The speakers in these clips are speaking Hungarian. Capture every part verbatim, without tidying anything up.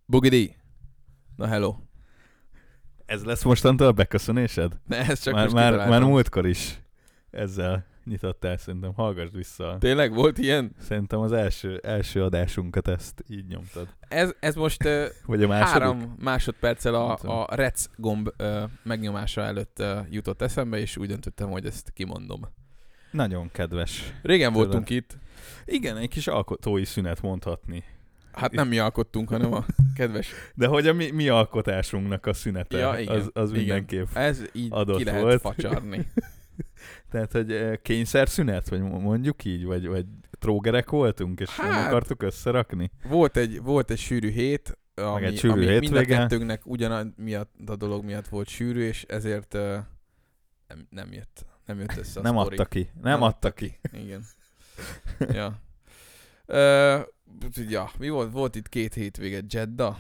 Bugidi. Na hello. Ez lesz mostantól a beköszönésed? Ne, ez csak már, most már, kitaláltam. már múltkor is ezzel nyitottál, szerintem. Hallgassd vissza. Tényleg volt ilyen? Szerintem az első, első adásunkat ezt így nyomtad. Ez, ez most uh, Vagy a második? három másodperccel a, a rec gomb uh, megnyomása előtt uh, jutott eszembe, és úgy döntöttem, hogy ezt kimondom. Nagyon kedves. Régen Tőle. voltunk itt. Igen, egy kis alkotói szünet mondhatni. Hát nem mi alkottunk, hanem a kedves... De hogy a mi, mi alkotásunknak a szünete, Ja, igen, az, az igen. mindenképp Ez így adott ki lehet volt. facsarni. Tehát, hogy kényszerszünet, vagy mondjuk így, vagy, vagy trógerek voltunk, és hát, nem akartuk összerakni? Volt egy, volt egy sűrű hét, ami, egy sűrű ami mind a hétvége. kettőnknek ugyan miatt, a dolog miatt volt sűrű, és ezért uh, nem, nem jött. Nem jött össze a Nem sztori. adta ki. Nem, Nem adta ki. Igen. ja. Uh, ja, mi volt? Volt itt két hétvége. Jeddah?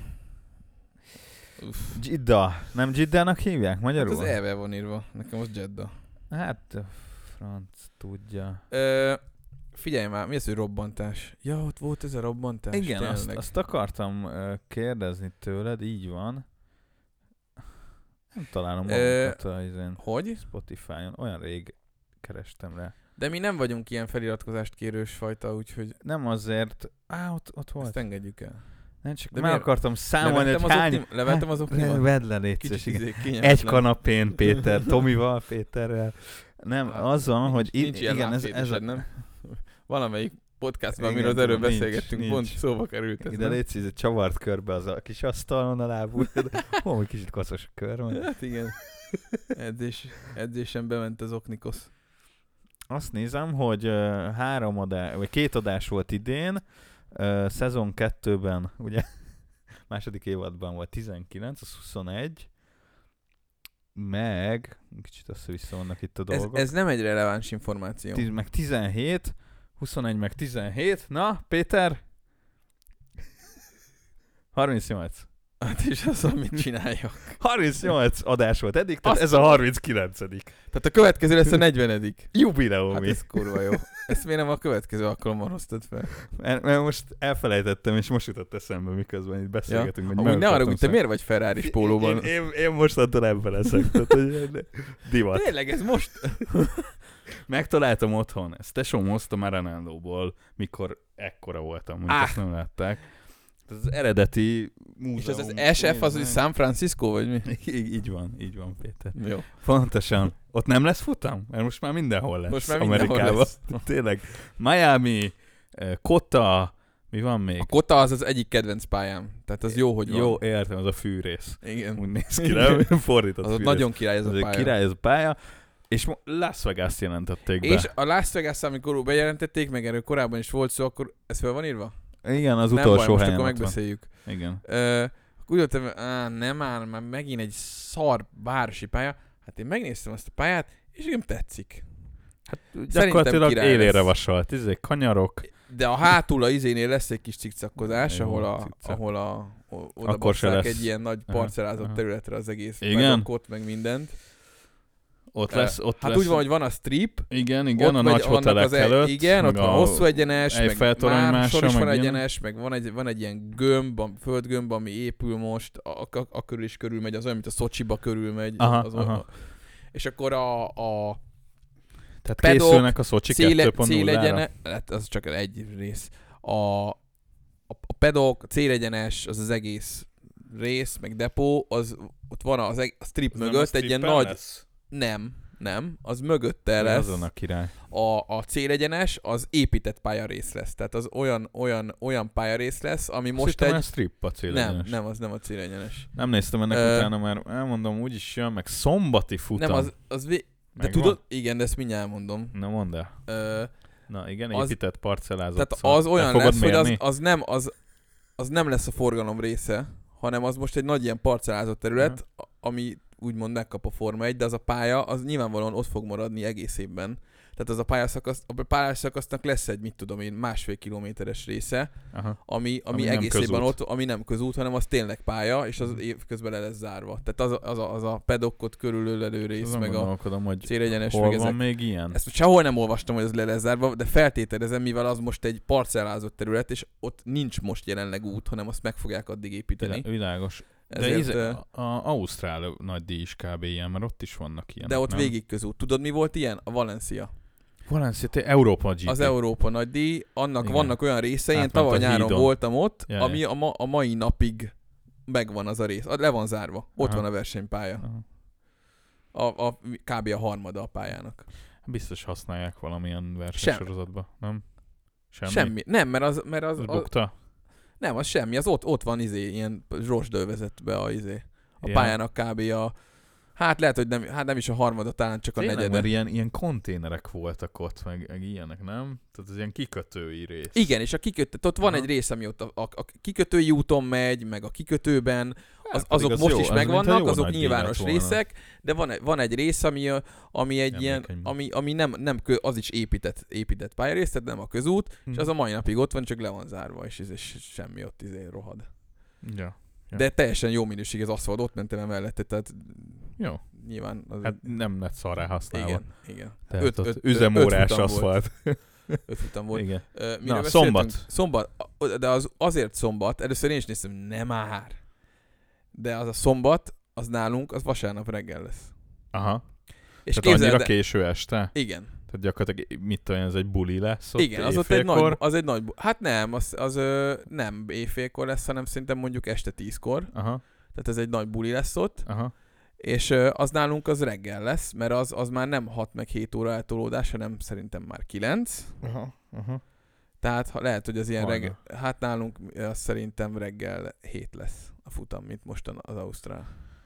Jeddah. Nem Jeddának hívják Hát magyarul? az E-vel van írva. Nekem az Jeddah. Hát, franc tudja. Uh, figyelj már, mi az, hogy robbantás? Ja, ott volt ez a robbantás. Igen, azt, tényleg. azt akartam uh, kérdezni tőled, így van. Nem találom magunkat uh, a Hogy? Spotify-on. Olyan rég kerestem rá. De mi nem vagyunk ilyen feliratkozást kérős fajta, úgyhogy... Nem azért... Á, ott, ott volt. Ezt engedjük el. Nem csak De meg miért? akartam számolni, hogy az hány... optim... Levettem az optimát? Vedd le, légy szíves, Kicsit igen. izé, Egy kanapén, Péter, Tomival, Péterrel. Nem, Hát, az van, nincs, hogy... Nincs, Itt, nincs ilyen igen, ez, ez a... nem? Valamelyik podcastban, Igen, amiről erről nincs, beszélgettünk, nincs. pont szóba került ez. Ide nem? légy szíves, csavart körbe az a kis asztalon a lábúj. Hol, hogy kicsit kaszos a kör van. Hát igen. Edzés, edzésen bement az oknikosz. Azt nézem, hogy uh, három adás, vagy két adás volt idén, uh, szezon kettőben, ugye, második évadban volt tizenkilenc, az huszonegy, meg, kicsit össze-vissza vannak itt a Ez, dolgok. ez nem egy releváns információ. Tíz, meg tizenhét, huszonegy meg tizenhét, na, Péter? harmincnyolc. Hát és az, amit csináljak. harmincnyolc adás volt eddig, tehát Azt ez a harminckilencedik. Tehát a következő lesz a negyvenedik. Jubileumi. Hát ez kurva jó. Ezt miért nem a következő alkalommal hoztad fel? Mert, mert most elfelejtettem, és most jutott eszembe, miközben itt beszélgetünk. Ja. Hogy Amúgy ne arra, akartam hogy te szem- miért vagy Ferrari-s pólóban? Én, én, én mostantól ebben leszek. Tehát, hogy divat. Tényleg, ez most? Megtaláltam otthon. Ezt tesóm hozta Maranello-ból, mikor ekkora voltam, hogy Ah. ezt nem látták. Ez az eredeti múzeum. És ez az es ef, az, hogy San Francisco, vagy mi? Így, így van, így van, Péter. Jó. Pontosan. Ott nem lesz futam? Mert most már mindenhol lesz. Most már mindenhol Amerikában. lesz. Tényleg. Miami, eh, Kota, mi van még? A Kota az az egyik kedvenc pályám. Tehát az jó, hogy van. Jó, értem, az a fűrész. Igen. Úgy néz ki, nem? Fordított Az ott fűrész. nagyon király ez a Az egy pálya. király ez a pálya. És mo- Las Vegas jelentették be. És a Las Vegas, amikor bejelentették, meg erről korábban is volt szó, akkor ez fel van írva? Igen, az Nem utolsó baj, most helyen akkor ott van. megbeszéljük. Igen. Ö, úgy jöttem, á, nem áll, már megint egy szar városi pálya. Hát én megnéztem ezt a pályát, és igen, tetszik. Hát Szerintem gyakorlatilag király élére lesz. vasalt. Izé, kanyarok. De a hátul a izénél lesz egy kis cikcakkozás, Jó, ahol a, cikcak. ahol a o- oda Akkor se basszák lesz. egy ilyen nagy Aha, parcellázott aha. területre az egész Igen? bedokot, meg mindent. Ott Ö, lesz, ott hát lesz. úgy van, hogy van a strip, Igen, igen, ott a vagy- nagy vannak hotelek az e- előtt. igen, ott meg van a hosszú egyenes, meg Eiffel-torony már mása, sor is van meg ilyen. egyenes, meg van egy, van egy ilyen gömb, a földgömb, ami épül most, a, a, a körül is körül megy, az olyan, mint a Szocsiba körül megy. Aha, az, aha. És akkor a, a Tehát pedok, készülnek a Szocsi céle, kettő pont nullára. célegyenes, hát az csak egy rész. A, a, a pedok, a célegyenes, az az egész rész, meg depó, az ott van az eg- a strip Ez nem mögött a egy ilyen strippen nagy... lesz? Nem, nem, az mögötte lesz. Azon a király. A, a célegyenes az épített pályarész lesz. Tehát az olyan, olyan, olyan pályarész lesz, ami most Most egy... egy... a strip a célegyenes. Nem, nem, az nem a célegyenes. Nem néztem ennek Ö, utána, mert elmondom, úgyis jön, meg szombati futam. Nem, az, az vé... De Megvan? tudod, igen, de ezt mindjárt elmondom. Na mondd el. Ö, Na igen, Az- épített parcellázott. tehát szar. az olyan El fogod lesz, hogy az, mérni? az, nem, az, az nem lesz a forgalom része, hanem az most egy nagy ilyen parcellázott terület, a- ami úgymond megkap a Forma egy, de az a pálya, az nyilvánvalóan ott fog maradni egész évben. Tehát az a pályaszakasz, a pályaszakasznak lesz egy, mit tudom én, másfél kilométeres része, Aha. ami, ami, Ami nem egész évben közút. ott, ami nem közút, hanem az tényleg pálya, és az év közben le lesz zárva. Tehát az, a- az, a, az a pedokkot körülölelő rész, Azon meg a gondolkodom, hogy célegyenes, hol meg van ezek. még ilyen? Ezt sehol nem olvastam, hogy ez le lesz zárva, de feltételezem, mivel az most egy parcellázott terület, és ott nincs most jelenleg út, hanem azt meg fogják addig építeni. Vilá- Világos. De Ezért, ez, ö, a, a Ausztrál nagy díj is kb. Ilyen, mert ott is vannak ilyenek, de ott nem? végig közút. Tudod, mi volt ilyen? A Valencia. Valencia, te Európa gé pé. Az Európa nagy díj, annak Igen. vannak olyan részei, én Átment tavaly a nyáron hídon. voltam ott, Ja, ami ja. a, ma, a mai napig megvan az a rész. Le van zárva. Ott Aha. van a versenypálya. Aha. A, a, kb. A harmada a pályának. Biztos használják valamilyen versenysorozatba, nem? Semmi? Semmi. Nem, mert az, mert az, Az az bukta? nem, az semmi. Az ott, ott van izé, ilyen zsorsdővezetbe a izé. A Ja. pályának kb. A, hát lehet, hogy nem, hát nem is a harmada, talán csak a Tényleg, negyede. mert ilyen, ilyen konténerek voltak ott, meg, meg ilyenek, nem? Tehát az ilyen kikötői rész. Igen, és a kikötő, ott van Aha. egy rész, ami ott a, a, a kikötői úton megy, meg a kikötőben, az, pedig azok az most jó, is az mintha megvannak, jó azok nagy díj nyilvános lett volna. részek, de van, egy- van egy rész, ami, a- ami egy ilyen, Emlékeim. ami, ami nem, nem kö, az is épített, épített pályarész, tehát nem a közút, Hm. és az a mai napig ott van, csak le van zárva, és, ez- és semmi ott izé rohad. Ja. Ja. De teljesen jó minőség az aszfalt, ott mentem mellette, tehát Jó. nyilván az Hát nem lett szarrá használva. igen, igen. Tehát Öt- ott öt- üzemórás öt futam volt. aszfalt. Öt futam volt. Igen. Ö, miről Na, beszéltünk? szombat. Szombat. De az azért szombat, először én is néztem, nem már. De az a szombat, az nálunk, az vasárnap reggel lesz. Aha. És Tehát annyira képzeld, késő este? igen. Tehát gyakorlatilag mit tudom, ez egy buli lesz ott Igen, az ott egy éjfélkor? nagy, az egy nagy, bu- hát nem, az, az ö, nem éjfélkor lesz, hanem szerintem mondjuk este tízkor. Aha, Tehát ez egy nagy buli lesz ott. aha. És ö, az nálunk az reggel lesz, mert az, az már nem hat meg hét óra eltolódás, hanem szerintem már kilenc. Aha, aha. Tehát ha lehet, hogy az ilyen Hajna. reggel, hát nálunk az szerintem reggel hét lesz a futam, mint most az Ausztrál.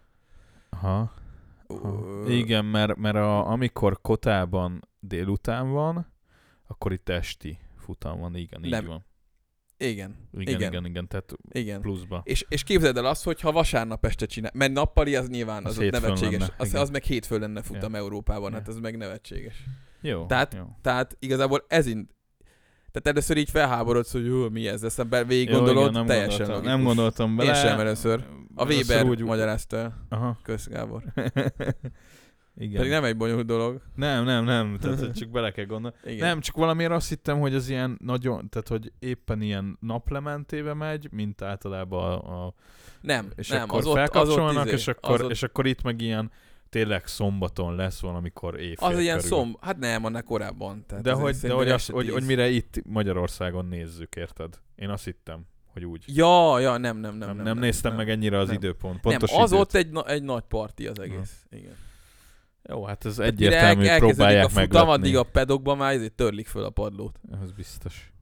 Aha. Ö, Aha. Igen, mert, mert a, amikor Kotában délután van, akkor itt esti futam van, igen, így Nem. van. Igen, Igen, igen, igen, igen, igen tehát igen. pluszba. És, és képzeld el azt, hogy ha vasárnap este csinál, mert nappali az nyilván Az az, az hétfőn nevetséges. lenne, Az, igen. az meg hétfőn lenne futam Ja. Európában, Ja. hát az meg nevetséges. Jó, Tehát- jó. Tehát igazából ez in... Tehát először így felháborodsz, hogy jó, mi ez, aztán be- végig Jó, gondolod, igen, nem teljesen gondoltam, logikus. nem gondoltam bele. Én sem először. A Először Weber úgy- magyarázta el. Aha. Kösz, Gábor. Igen. Pedig nem egy bonyolult dolog. Nem, nem, nem, tehát hogy csak bele kell gondolni. Igen. Nem, csak valamiért azt hittem, hogy az ilyen nagyon, tehát hogy éppen ilyen naplementébe megy, mint általában a, a nem, és nem, akkor az ott, az felkapcsolnak, ott izé, és, akkor, az ott, és akkor itt meg ilyen tényleg szombaton lesz valamikor éjfél az ilyen körül. szomb, hát nem, annál korábban. Tehát De azért hogy, de szerintem hogy, az, este hogy, tíz. hogy mire itt Magyarországon nézzük, érted? Én azt hittem, hogy úgy. Ja, ja, nem, nem, nem. Nem, Nem, nem, nem néztem nem. meg ennyire az nem. időpont. Nem, Pontos az időt. ott egy, na, egy nagy parti az egész. Igen. Jó, hát ez Tehát mire egyértelmű, el- elkezdődik próbálják a futam, meglepni. addig a pedokban már ezért törlik föl a padlót. Az biztos.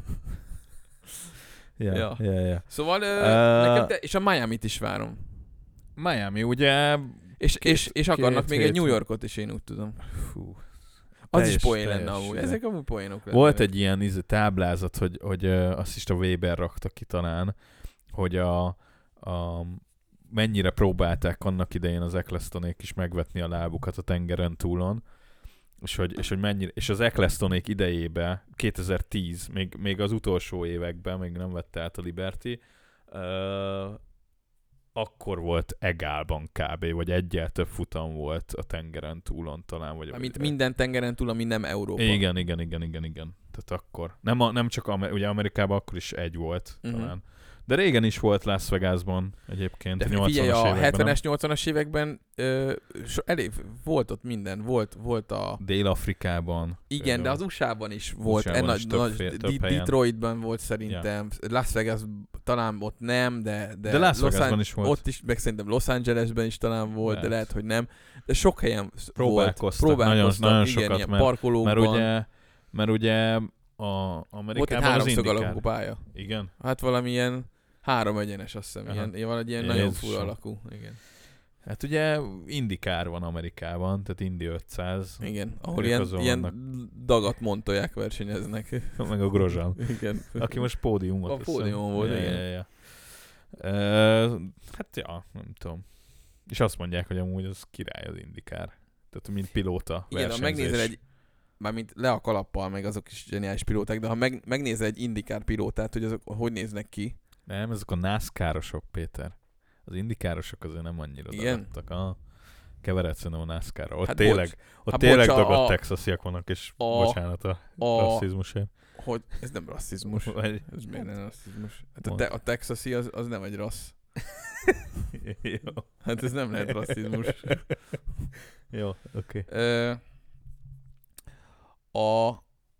ja, Ja. ja, ja. Szóval, ö, Ö, nekem te, és a Miami-t is várom. Miami, ugye... És, Két- és, és akarnak két még egy hét. New Yorkot is, én úgy tudom. Fú. Az Teljes- is poén lenne teljes amúgy. ide. Ezek amúgy poénok lennének. Volt egy ilyen izé, táblázat, hogy, hogy uh, azt is a Weber rakta ki talán, hogy a, a mennyire próbálták annak idején az Ecclestonék is megvetni a lábukat a tengeren túlon, és hogy, és hogy mennyire, és az Ecclestonék idejében, kétezer-tíz, még, még az utolsó években, még nem vette át a Liberty, uh, akkor volt egálban kb. Vagy egyel több futam volt a tengeren túlon talán. Vagy, Mint vagy, minden tengeren túl, ami nem Európa. igen, igen, igen, igen, igen. Tehát akkor. Nem, a, nem csak, Amer- ugye Amerikában akkor is egy volt Mhm. talán. De régen is volt Las Vegasban egyébként. De a figyelj, nyolcvanas a években, hetvenes, nyolcvanas években ö, so, elég volt ott minden. Volt, volt a... nem? Dél-Afrikában. Igen, például. de az u es á-ban is volt. u es á-ban E, is nagy, nagy, több- több Di- helyen. Detroitban volt szerintem. Las Vegas talán ott nem, de... De, De Las Los Vegasban An- is volt. Ott is, meg szerintem Los Angelesben is talán volt, Lehet. de lehet, hogy nem. De sok helyen Próbálkoztak, volt. nagyon- nagyon igen, sokat, ilyen mert- parkolókban. Mert ugye, mert ugye a volt egy Amerikában az háromszög indikár. alakú pálya. Igen. Hát valamilyen három egyenes, azt hiszem. Aha. Ilyen, ilyen, valahogy ilyen nagyon Jézusom. fura alakú. Igen. Hát ugye indikár van Amerikában, tehát Indy ötszáz. Igen, ahol Ők ilyen, azon ilyen vannak. dagat montolyák versenyeznek. Meg a Grosjean. Igen. Aki most pódiumot. A azt hiszem. pódiumon volt, ja, igen. Ja, ja. Uh, hát ja, nem tudom. És azt mondják, hogy amúgy az király az indikár. Tehát mint pilóta Igen, ha versenyzés. megnézel egy, mármint le a kalappal, meg azok is zseniális pilóták, de ha meg, megnézel egy IndyCar pilótát, hogy azok hogy néznek ki. Nem, ezek a NASCAR-osok, Péter. Az IndyCar-osok azért nem annyira dagadtak. Ah, keveredsz szerintem a NASCAR-ra. Ott Hát tényleg, bocs. ott Hát tényleg bocs, a- dagadt a- texasiak vannak, és a- bocsánat a, a- rasszizmusért. Hogy ez nem rasszizmus. Vagy- Ez miért nem rasszizmus? Hát a, Mondd. te, a texasi az, az nem egy rassz. Jó. Hát ez nem lehet rasszizmus. Jó, oké. Ö, a...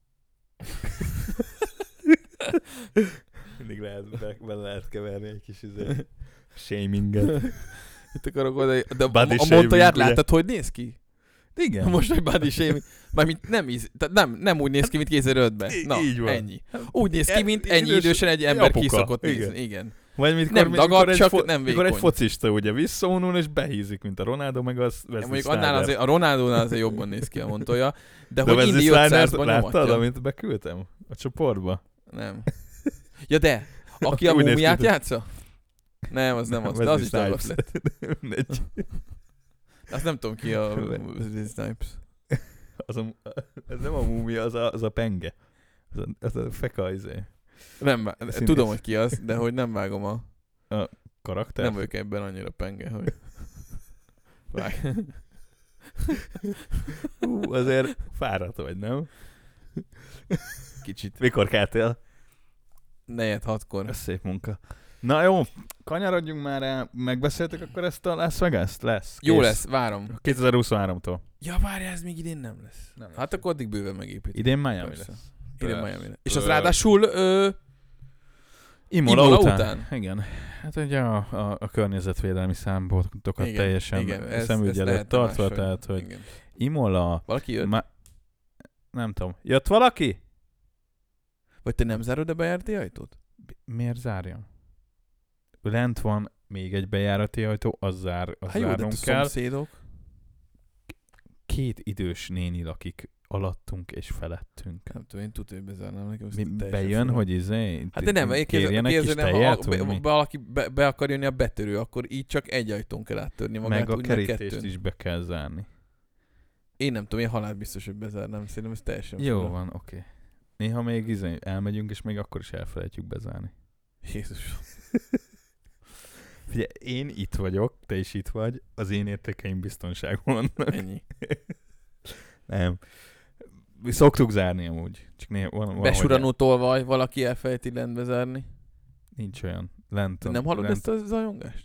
Mindig lehet, be, bele lehet keverni egy kis izé, shaminget. Itt akarok oda... De a, Body a shaming, Montoyát ugye? láttad, hogy néz ki? Igen. Most, hogy body shaming. Mármint nem, íz, tehát nem, nem úgy néz ki, mint kétezer-ötben. Í- Na, így van. ennyi. Úgy néz ki, mint ennyi Idős- idősen egy ember apuka. ki szokott Igen. nézni. Igen. Vagy mikor, Nem mikor dagad, egy csak fo- nem mikor egy vékony. focista ugye visszavonul és behízik, mint a Ronaldo, meg az Ja, Wesley mondjuk Snyder. annál azért, a Ronaldónál azért jobban néz ki a Montoya, de, De hogy Wesley Indy Snydert ötszázban láttad, nyomatja. amit beküldtem? A csoportba? Nem. Ja de, aki a Úgy néz ki, múmiát hogy- játsza? Nem, az nem az, de az is Wesley dagadt Snipes. lett. Mindegy. Azt nem tudom ki a Wesley Snipes. Az a, ez nem a múmia, az a, az a penge. Az a, az a feka izé. Nem, vá- Színész. tudom, hogy ki az, de hogy nem vágom a... Karakter? Nem vagyok ebben annyira penge, hogy... Vág. Hú, azért fáradt vagy, nem? Kicsit. Mikor keltél? Negyed hatkor. Ez szép munka. Na jó, kanyarodjunk már el. Megbeszéltük akkor ezt a Las Vegas-t? Lesz. Jó Kész. lesz, várom. kétezer-huszonháromtól. Ja, várjál, ez még idén nem lesz. Nem lesz. Hát akkor addig bőven megépít. Idén Miami Persze. lesz. Idén Persze. Miami lesz. És az Ö, ráadásul... Ö, Imola, Imola után. után. Igen. Hát ugye a, a, a környezetvédelmi szempontokat igen, teljesen igen, ez- szemügy ezt előtt lehetne tartva, máshogy. tehát hogy Igen. Imola... Valaki jött? Ma, nem tudom. Jött valaki? Vagy te nem zárod a bejárati ajtót? Miért zárjam? Lent van még egy bejárati ajtó, az zár, az Hát jó, de zárnunk a kell. szomszédok. Két idős néni lakik alattunk és felettünk. Nem tudom, én tudja, hogy bezárnám nekem. ezt Mi, teljesen bejön, fura. hogy izé, Hát de nem, kérjenek kis nem, ha tejet, vagy be, mi? valaki be, be akar jönni a betörő, akkor így csak egy ajtón kell áttörni magát. Meg a úgy meg kerítést kettőn. is be kell zárni. Én nem tudom, én halál biztos, hogy bezárnám. Szerintem ez teljesen Jó fura. van, oké. Okay. Néha még izé elmegyünk, és még akkor is elfelejtjük bezárni. Jézus. Figyelj, én itt vagyok, te is itt vagy, az én értékeim biztonságban vannak. Ennyi. Nem. Mi szoktuk zárni amúgy. Csak néha van, van Besuranó tolvaj, valaki elfelejti lent bezárni. Nincs olyan. Lent. Te nem hallod lent. ezt a zajongást?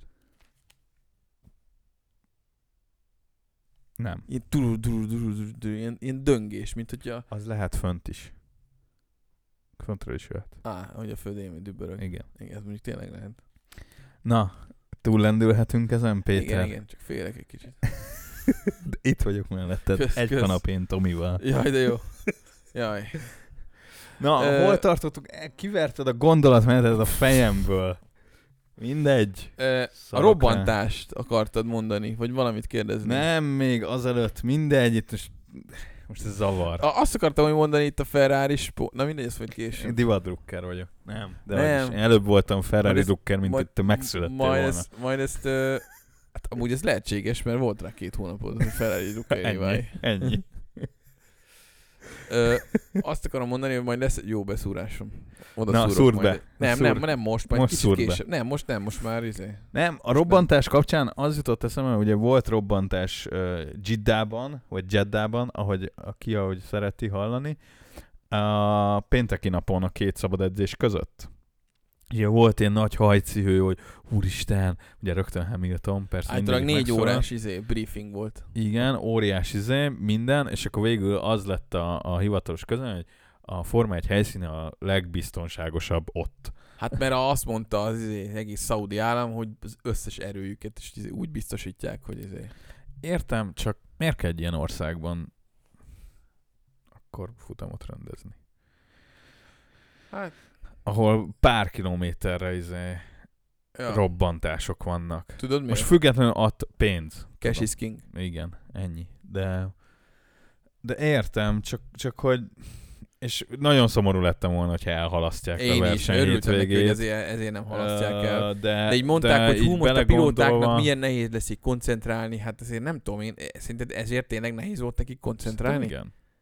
Nem. Ilyen, durul, durul, durul, durul, durul, ilyen, ilyen döngés, mint hogyha... Az lehet fönt is. Föntről is jöhet. Á, hogy a földémi dübörög. Igen. Igen, ez mondjuk tényleg lehet. Na, túllendülhetünk ezen, Péter? Igen, igen, csak félek egy kicsit. De itt vagyok melletted, Kösz, egy kösz. kanapén Tomival. Jaj, de jó. Jaj. Na, Ö- hol tartottuk? E, Kiverted a gondolatmenetet a fejemből. Mindegy. Ö, a Szarok robbantást akartad mondani, vagy valamit kérdezni? Nem, még azelőtt mindegy, itt most, most ez zavar. A, azt akartam, hogy mondani itt a Ferrari spó... Na mindegy, ezt majd később. Én divatdrukker vagyok. Nem. De Nem. nem. Én előbb voltam Ferrari Majd ezt- drukker, mint majd- hogy te megszülettél majd volna. ezt, majd ezt... Ö, hát amúgy ez lehetséges, mert volt rá két hónapod, hogy Ferrari drukkeré válj. Ennyi. Ennyi. Ö, azt akarom mondani, hogy majd lesz egy jó beszúrásom. Oda Na, szúrok szúrd majd. be. Nem, Szúrd. nem, nem most, majd Most kicsit szúrd be. később. Nem, most nem, most már izé. Nem, a robbantás kapcsán az jutott eszembe, ugye volt robbantás uh, Jiddában, vagy Jeddában, ahogy aki ahogy szereti hallani, a pénteki napon a két szabad edzés között. Ugye volt ilyen nagy hajcihő, hogy úristen, ugye rögtön Hamilton, persze Általában mindegyik négy megszólal. órás izé, briefing volt. Igen, óriási izé, minden, és akkor végül az lett a, a hivatalos közön, hogy a Forma egy helyszíne a legbiztonságosabb ott. Hát mert azt mondta az izé, egész szaudi állam, hogy az összes erőjüket is izé, úgy biztosítják, hogy izé. Értem, csak miért kell egy ilyen országban akkor futamot rendezni? Hát, Ahol pár kilométerre izé ja. robbantások vannak. Tudod mi? Most függetlenül att pénz. Cash is king. Igen, ennyi. De, de értem, csak, csak hogy és nagyon szomorú lettem volna, hogyha elhalasztják a Én is verseny örültem neki, hogy hétvégét. ezért, ezért nem halasztják el. De, De így mondták, de hogy hú, így most a pilótáknak belegondolva- milyen nehéz lesz így koncentrálni. Hát azért nem tudom én, szerinted ezért tényleg nehéz volt nekik koncentrálni? Igen.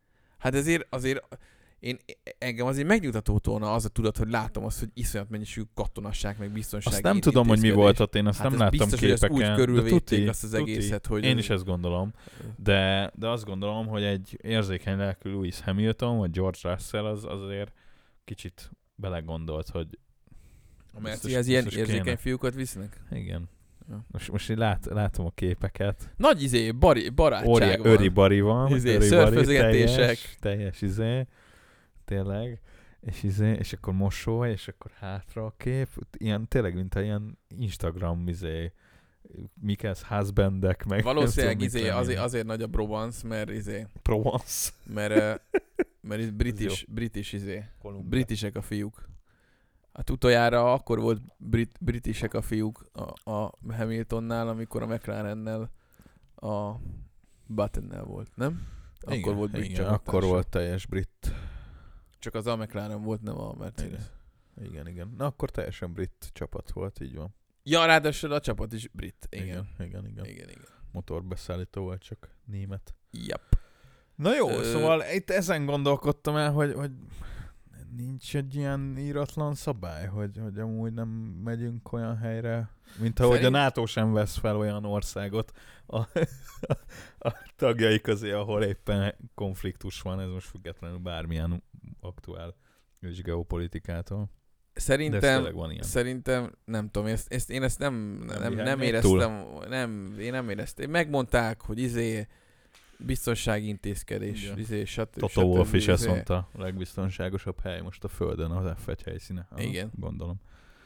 Hát ezért azért én, engem azért megnyugtató volna az a tudat, hogy látom azt, hogy iszonyat mennyiségű katonasság, meg biztonsági Azt nem tudom, hogy mi volt ott, én azt hát nem láttam biztos, képeken. Hogy úgy körülvédték azt az tuti. egészet, hogy... Én is ezt gondolom, de, de azt gondolom, hogy egy érzékeny lelkű Lewis Hamilton, vagy George Russell az azért kicsit belegondolt, hogy... A Mercihez ilyen érzékeny kéne. Fiúkat visznek? Igen. Ja. Most, most én lát, látom a képeket. Nagy izé, bari, barátság Óri, van. Öri bari van. Izé, szörfözgetések. Teljes, teljes izé. Tényleg. És, izé, és akkor mosoly, és akkor hátra a kép. Ilyen, tényleg, mint a ilyen Instagram izé, Mikkel's husbandek, meg... Valószínűleg tudom, izé, azért, azért nagy a Provence, mert izé... Provence? Mert, mert itt british, british izé. Columbia. Britisek a fiúk. Hát utoljára akkor volt brit, britisek a fiúk a, a Hamiltonnál, amikor a McLarennel a Buttonnel volt, nem? Akkor igen, volt brit igen, akkor volt teljes brit. Csak az a McLaren volt, nem a Mercedes. Igen, igen. igen. Na akkor teljesen brit csapat volt, így van. Ja, ráadásul a csapat is brit. Igen, igen, igen. igen. igen, igen. Motorbeszállító volt, csak német. Yep. Na jó, Ö... szóval itt ezen gondolkodtam el, hogy, hogy nincs egy ilyen íratlan szabály, hogy, hogy amúgy nem megyünk olyan helyre, mint ahogy Szerint... a NATO sem vesz fel olyan országot a, a tagjai közé, ahol éppen konfliktus van, ez most függetlenül bármilyen aktuál és geopolitikától. Szerintem, szerintem, nem tudom, ezt, ezt, én ezt nem, nem, nem, nem éreztem, nem, én nem éreztem. Megmondták, hogy izé, biztonsági intézkedés. Izé, Toto Wolff is ezt mondta, a legbiztonságosabb hely most a Földön, az ef egy helyszíne. Aha, igen. Gondolom.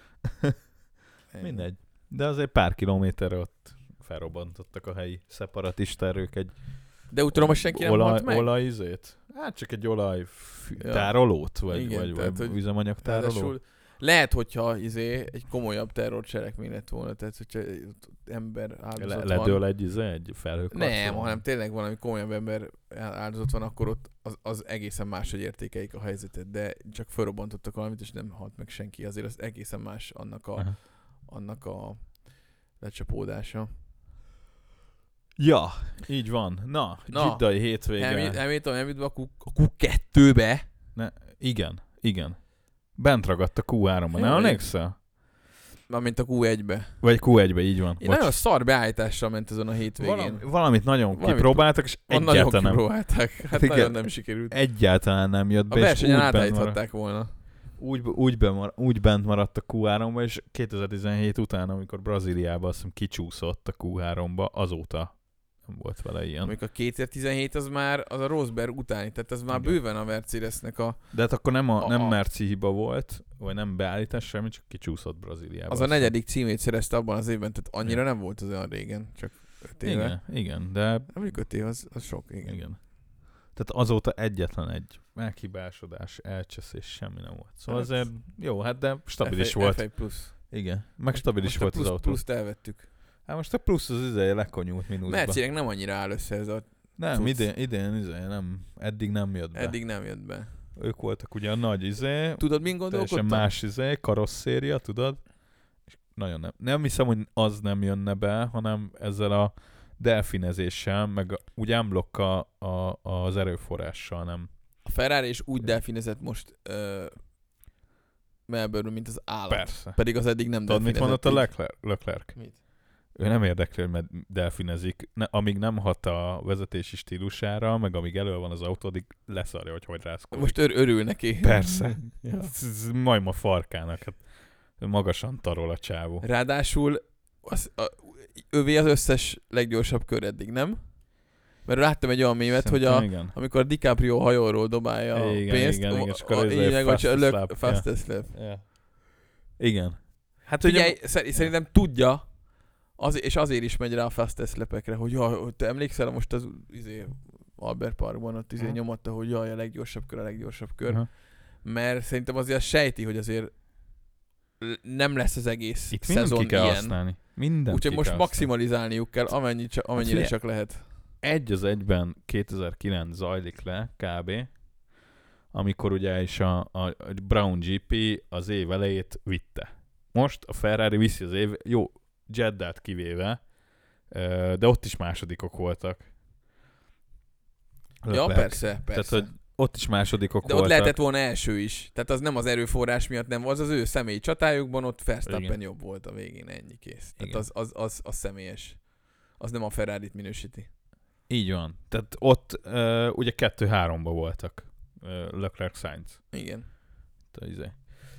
Mindegy. De azért pár kilométerre ott felrobbantottak a helyi szeparatista erők egy de utána most senki nem olaj, halt meg? Olajizét? Hát csak egy olaj ja. tárolót, vagy, igen, vagy, tehát, vagy üzemanyag tárolót. Lehet, hogyha izé, egy komolyabb terrorcselekmény lett volna, tehát hogyha ember áldozat Le, ledől van. egy, izé, egy felhőkarcoló? Nem, hanem tényleg valami komolyabb ember áldozat van, akkor ott az, az egészen máshogy értékelik a helyzetet, de csak felrobbantottak valamit, és nem halt meg senki. Azért az egészen más annak a, annak a lecsapódása. Ja, így van. Na, Na Giddai hétvége. Hamilton elvitt a Q kettőbe. Ne, igen, igen. Bent ragadt a Q háromba, nem emlékszel? Mármint a Q egybe. Vagy Q egybe, így van. Én nagyon szar beállítással ment azon a hétvégén. Valami, valamit nagyon valamit kipróbáltak, és egyáltalán nagyon nem. kipróbálták. Hát igen, nagyon nem sikerült. Egyáltalán nem jött be. A versenyen átállíthatták volna. Úgy, úgy, bemar, úgy bent maradt a Q háromba, és kétezer-tizenhét után, amikor Brazíliában azt hiszem kicsúszott a Q háromba, azóta nem volt vele ilyen. Amikor a kétezer-tizenhét az már az a Rosberg utáni, tehát az már igen. bőven a Mercedesnek a... De hát akkor nem, a, a, nem Merci hiba volt, vagy nem beállítás semmi, csak kicsúszott Brazíliában. Az a negyedik címét szerezte abban az évben, tehát annyira igen. nem volt az olyan régen, csak öt éve. Igen, igen, de... Nem öt év, az, az sok, igen. igen. Tehát azóta egyetlen egy meghibásodás, elcseszés, semmi nem volt. Szóval hát, azért jó, hát de stabilis volt. ef egy plusz. Igen, meg stabilis volt plusz, az autó. Pluszt elvettük. Hát most a plusz az izé lekonyult mínuszba. Mercinek nem annyira áll össze ez a... Nem, idén, idén izé, nem, eddig nem jött be. Eddig nem jött be. Ők voltak ugye a nagy izé. Tudod, min gondolkodtam? Teljesen más izé, karosszéria, tudod? És nagyon nem. Nem hiszem, hogy az nem jönne be, hanem ezzel a delfinezéssel, meg a, úgy unblock a, a, az erőforrással nem. A Ferrari is úgy delfinezett most uh, Melbourne, mint az állat. Persze. Pedig az eddig nem tudod, delfinezett. Tudod, mit mondott a Leclerc? Leclerc? Mit? Ő nem érdekli, hogy delfinezik. Ne, amíg nem hat a vezetési stílusára, meg amíg elő van az autó, addig leszarja, hogy hogy rászkodik. Most ör- örül neki. Persze. ja. ez, ez majm a farkának. Hát magasan tarol a csávó. Ráadásul az, a, övé az összes leggyorsabb kör eddig, nem? Mert láttam egy olyan mémet, hogy a, amikor a DiCaprio hajóról dobálja a igen, pénzt, igen, igen, a, a, így meg, hogy a fastest lap. Ja. Igen. Hát figyelj, ugye, szerintem ja. tudja, az, és azért is megy rá a fastest lapekre, hogy ja, te emlékszel most az izé, Albert Parkban ott izé nyomatta, hogy jaj, a leggyorsabb kör, a leggyorsabb kör. Uh-huh. Mert szerintem azért sejti, hogy azért nem lesz az egész itt szezon kell ilyen. Használni. Minden úgyhogy most használni. Maximalizálniuk kell, amennyi, amennyire hát, csak lehet. Egy az egyben kétezer-kilenc zajlik le, kb. Amikor ugye is a, a Brown gé pé az év elejét vitte. Most a Ferrari viszi az év, jó, Jeddát kivéve, de ott is másodikok voltak. Ja, persze, persze. Tehát, hogy ott is másodikok De voltak. ott lehetett volna első is. Tehát az nem az erőforrás miatt nem, az az ő személyi csatájukban, ott Verstappen jobb volt a végén, ennyi kész. Tehát az, az, az, az személyes. Az nem a Ferrarit minősíti. Így van. Tehát ott uh, ugye kettő-háromba voltak uh, Leclerc Sainz. Igen. Uh,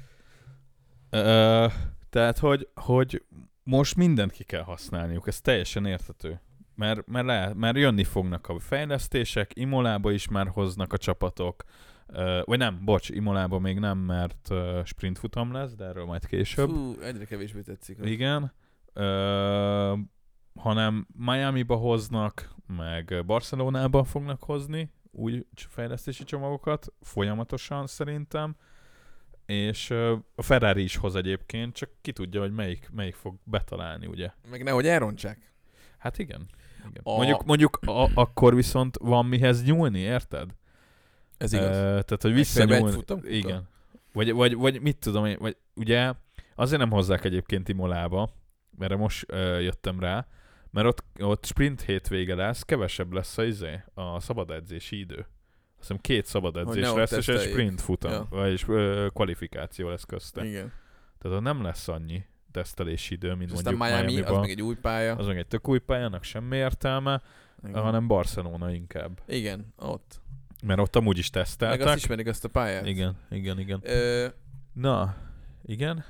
tehát, hogy, hogy most mindent ki kell használniuk, ez teljesen érthető. Mert, mert, le, mert jönni fognak a fejlesztések, Imolába is már hoznak a csapatok, uh, vagy nem, bocs, Imolába még nem, mert uh, sprintfutam lesz, de erről majd később. Fú, egyre kevésbé tetszik. Igen. Uh, hanem Miamiba hoznak, meg Barcelonába fognak hozni új fejlesztési csomagokat, folyamatosan szerintem, és uh, a Ferrari is hoz egyébként, csak ki tudja, hogy melyik, melyik fog betalálni, ugye. Meg nehogy elrontsák. Hát igen. igen. A... Mondjuk, mondjuk a, akkor viszont van mihez nyúlni, érted? Ez igaz. Uh, tehát, hogy visszanyúlni. Futam, futam. Igen. Vagy, vagy, vagy mit tudom én, vagy ugye azért nem hozzák egyébként Imolába, mert most uh, jöttem rá, mert ott, ott sprint hétvége lesz, kevesebb lesz a, izé, a szabadedzési idő. Azt hiszem két szabadedzés lesz, és egy sprint futam, ja. Vagyis uh, kvalifikáció lesz közte. Igen. Tehát ott nem lesz annyi tesztelési idő, mint és mondjuk Miami, Miami-ba. az meg egy új pálya. Az meg egy tök új pályának semmi értelme, igen. hanem Barcelona inkább. Igen, ott. Mert ott amúgy is teszteltek. Meg azt ismerik azt a pályát. Igen, igen, igen. Ö... Na, igen?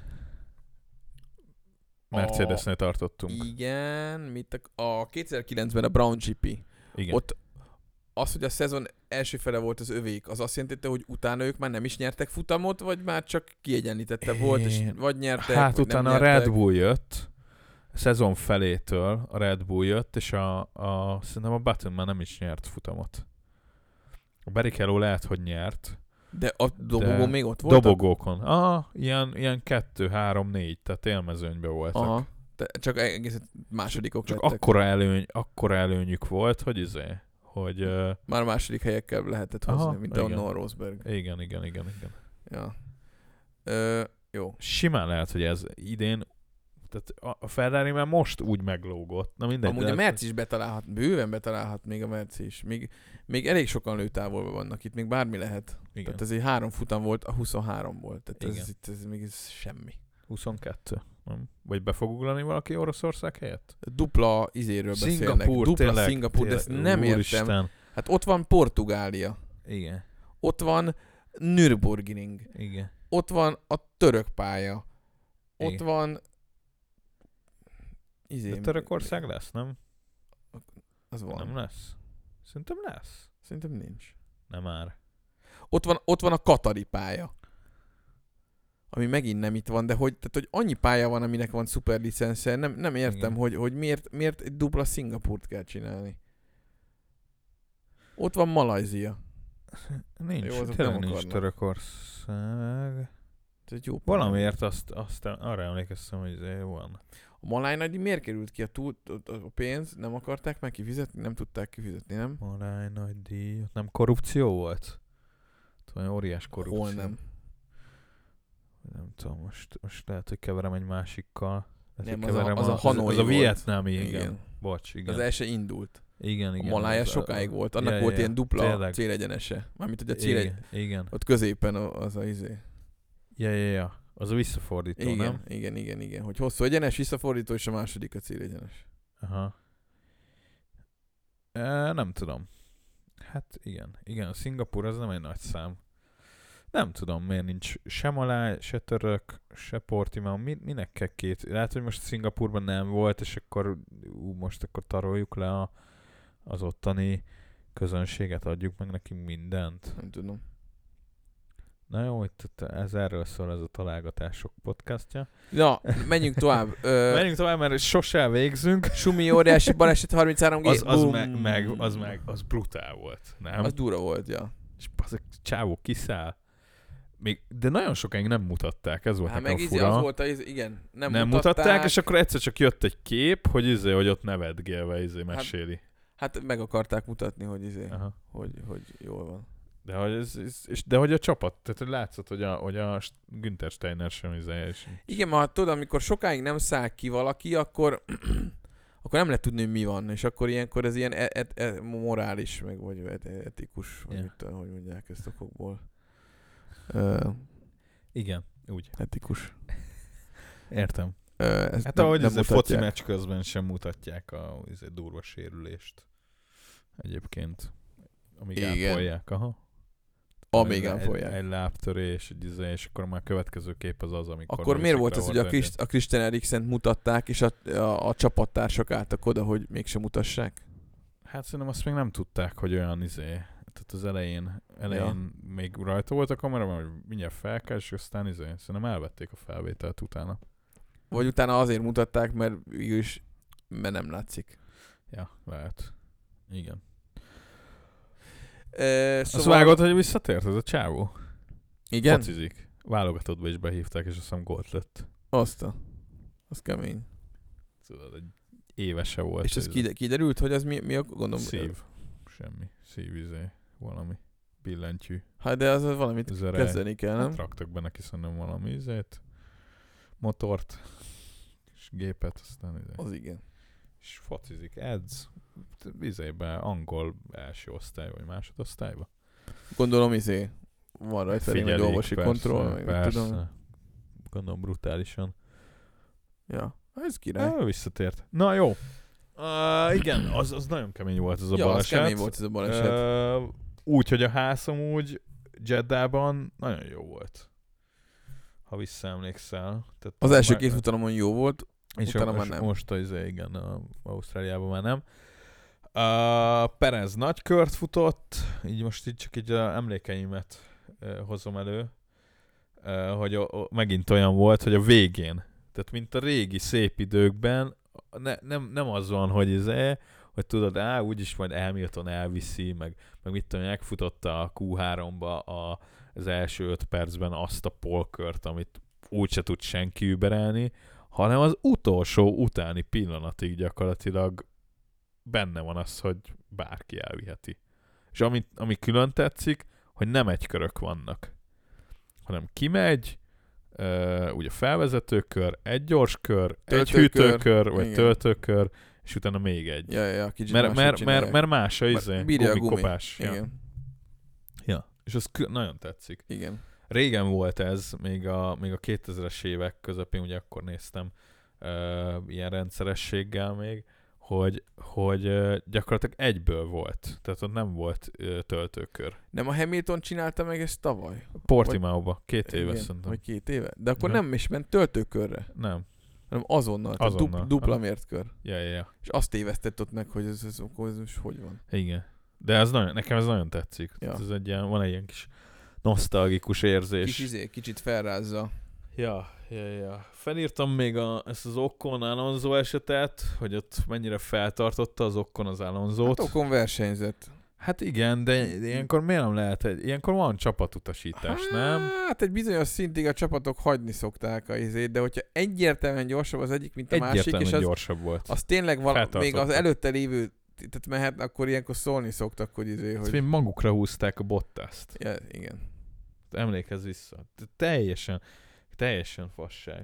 Mercedesnél tartottunk. Igen, mit a, a kétezer-kilencben a Brown gé pé. Igen. Ott az, hogy a szezon első fele volt az övék, az azt jelenti, hogy utána ők már nem is nyertek futamot, vagy már csak kiegyenlítette Én... volt, és vagy nyertek, Hát vagy utána nem a nyertek. Red Bull jött, a szezon felétől a Red Bull jött, és a, a szerintem a Button már nem is nyert futamot. A Barrichello lehet, hogy nyert. De a dobogón még ott voltak? Dobogókon. Aha, ilyen, ilyen kettő, három, négy, tehát élmezőnyben voltak. Aha. De csak egész másodikok csak lettek. akkora, előny, akkora előnyük volt, hogy izé, hogy... Uh... Már második helyekkel lehetett hozni, aha, mint igen. a Noah Rosberg. Igen, igen, igen, igen. Ja. Ö, jó. Simán lehet, hogy ez idén, tehát a Ferrari már most úgy meglógott. Na mindegy. Amúgy a Merci is betalálhat, bőven betalálhat még a Merci is. Még, még elég sokan lőtávolban vannak itt, még bármi lehet. Igen. Tehát ez egy három futam volt, a huszonhárom volt. Tehát ez, itt, ez még ez semmi. huszonkettő. Nem? Vagy be fog ugrani valaki Oroszország helyett? Dupla izéről Szingapúr, beszélnek. Dupla tényleg, Szingapúr, de ezt nem Úristen. értem. Hát ott van Portugália. Igen. Ott van Nürburgring. Igen. Ott van a török pálya. Igen. Ott van... Izé... De Törökország lesz, nem? Az van. Nem lesz? Szerintem lesz. Szerintem nincs. Nem már. Ott van, ott van a katari pálya. Ami megint nem itt van, de hogy, tehát, hogy annyi pálya van, aminek van szuperlicensze, nem, nem értem, hogy, hogy miért, miért egy dupla Szingapúrt kell csinálni. Ott van Malajzia. Nincs, jó, tényleg nincs Törökország. Jó, valamiért azt, azt arra emlékeztem, hogy ez van. A Maláj Nagydi miért került ki a, túl, a pénz? Nem akarták meg kifizetni? Nem tudták kifizetni, nem? Maláj Nagydi, nem korrupció volt? Tudom, óriás korrupció. Hol nem? Nem tudom, most, most lehet, hogy keverem egy másikkal. Lehet, nem, az a, az a, a Hanoi Az a vietnámi, igen. igen. Bocs, igen. Az el se indult. Igen, igen. A Malája sokáig a, volt. Annak ja, volt ja, ilyen dupla tényleg. Célegyenese. Mármint, hogy a cél igen, igen. Ott középen az a izé. Ja, ja, ja. Az a visszafordító, igen, nem? Igen, igen, igen. Hogy hosszú egyenes, visszafordító, és a második a célegyenes. Aha. E, nem tudom. Hát igen. Igen, a Szingapúr az nem egy nagy szám. Nem tudom, miért nincs se maláj, se török, se Portimao, mi, minek kell két? Lehet, hogy most Szingapúrban nem volt, és akkor ú, most akkor taroljuk le a, az ottani közönséget, adjuk meg nekünk mindent. Nem tudom. Na jó, itt ez erről szól ez a találgatások podcastja. Ja, menjünk tovább. Ö... menjünk tovább, mert sose végzünk. Sumi óriási baleset harminchárom G. Az, az, meg, meg, az meg, az brutál volt, nem? Az durva volt, ja. És az a csávó kiszáll. Még, de nagyon sokáig nem mutatták, ez volt hát nekem meg fura. Az volt, az, igen, nem, nem mutatták. mutatták, és akkor egyszer csak jött egy kép, hogy izé, hogy ott nevetgélve izé meséli. Hát, hát meg akarták mutatni, hogy izé, Aha. hogy, hogy jól van. De hogy, ez, ez, és, de hogy a csapat, tehát hogy látszott, hogy a, hogy a Günther Steiner sem izé. És... Igen, ma tudod, amikor sokáig nem száll ki valaki, akkor akkor nem lehet tudni, hogy mi van, és akkor ilyenkor ez ilyen et, et, et, morális, meg vagy et, etikus, vagy Yeah. mit tudom, hogy mondják ezt okokból. Uh, Igen, úgy. etikus. Értem. Uh, ezt Hát nem, ahogy nem ez a foci mutatják. meccs közben sem mutatják a izé, durva sérülést. Egyébként. Amíg Igen. ápolják. Aha. Amíg Egy- ápolják. Egy, egy lábtörés, egy izé, és akkor már a következő kép az az, amikor... Akkor miért volt ez, műszakra hogy a, Christ, a Christian Eriksent mutatták, és a, a, a csapattársak álltak oda, hogy mégsem mutassák? Hát szerintem azt még nem tudták, hogy olyan izé... Tehát az elején, elején ja. még rajta volt a kamera, hogy mindjárt fel kell, és aztán izé, szerintem elvették a felvételt utána. Vagy utána azért mutatták, mert is, mert nem látszik. Ja, lehet. Igen. E, Szóval... szóval... Azt vágod, hogy visszatért ez a csávó? Igen? Focizik. Válogatottba is behívták, és azt hiszem gólt lett. Azt a... Az kemény. Tudod, egy évese volt. És ez kide- kiderült, hogy az mi, mi a gondolom... Szív. Semmi. Szívizé. Valami. Billentyű. Hát de az, az valamit Zörej. kezdeni kell, nem? Hát raktak be neki szerintem valami izét. Motort. És gépet, aztán izé. Az igen. És focizik. Edz. Izébe angol első osztály, vagy másodosztályba. Gondolom izé... Van rajta elég egy orvosi kontroll, meg persze. tudom. Gondolom brutálisan. Ja, ez király. Ah, visszatért. Na jó. Uh, igen, az, az nagyon kemény volt ez a ja, az baleset. kemény volt ez a baleset. Uh, úgy, hogy a házam úgy Jeddában nagyon jó volt. Ha visszaemlékszel. Tehát Az első már- két futamon jó volt, és utána a, már és nem. Most az, igen, a Ausztráliában már nem. Uh, Perez nagy kört futott, így most így csak így a emlékeimet uh, hozom elő, uh, hogy o, o, megint olyan volt, hogy a végén, tehát mint a régi szép időkben, ne, nem, nem az van, hogy ez, hogy tudod, á, úgyis majd Hamilton elviszi, meg, meg mit tudom, megfutotta a kú háromba a, az első öt percben azt a polkört, amit úgyse tud senki überelni, hanem az utolsó utáni pillanatig gyakorlatilag benne van az, hogy bárki elviheti. És ami, ami külön tetszik, hogy nem egy körök vannak, hanem kimegy, uh, ugye felvezetőkör, egy gyors kör, Töltőkör, egy hűtőkör, vagy igen. töltőkör, és utána még egy. Ja, ja, kicsit Mert, máshogy mert, csinálják. mert, mert más a Mert izé, bírja a gumi. gumikopás. Ja. Igen, Ja. És az kü- nagyon tetszik. igen. Régen volt ez, még a, még a kétezres évek közepén, ugye akkor néztem uh, ilyen rendszerességgel még, hogy, hogy uh, gyakorlatilag egyből volt. Tehát ott nem volt uh, töltőkör. Nem a Hamilton csinálta meg ezt tavaly? Portimaóba, két éve Igen, szerintem. vagy két éve? De akkor Ja. nem is ment töltőkörre, Nem. hanem azonnal. Tehát Azonnal. Dupla, dupla Aha. mért kör. Ja, ja, ja. És azt tévesztett ott meg, hogy ez, ez, ez, ez hogy van. Igen. De ez nagyon, nekem ez nagyon tetszik. Ja. Ja. Ez egy ilyen, van egy ilyen kis nosztalgikus érzés. Kis izé, kicsit felrázza. Ja, ja, ja. Felírtam még a, ezt az Ocon Alonso esetet, hogy ott mennyire feltartotta az Ocon az Alonzót. Hát Ocon versenyzett. Hát igen, de ilyenkor miért nem lehet? Egy, ilyenkor van csapatutasítás, nem? Hát egy bizonyos szintig a csapatok hagyni szokták a izét, de hogyha egyértelműen gyorsabb az egyik, mint a másik, Egyértelműen és az, gyorsabb volt. az tényleg vala, még az Feltartotta. előtte lévő, tehát mehet, akkor ilyenkor szólni szoktak, hogy izé, Ezt hogy... még magukra húzták a Bottaszt. Ja, igen. Emlékezz vissza. Teljesen, teljesen fasság.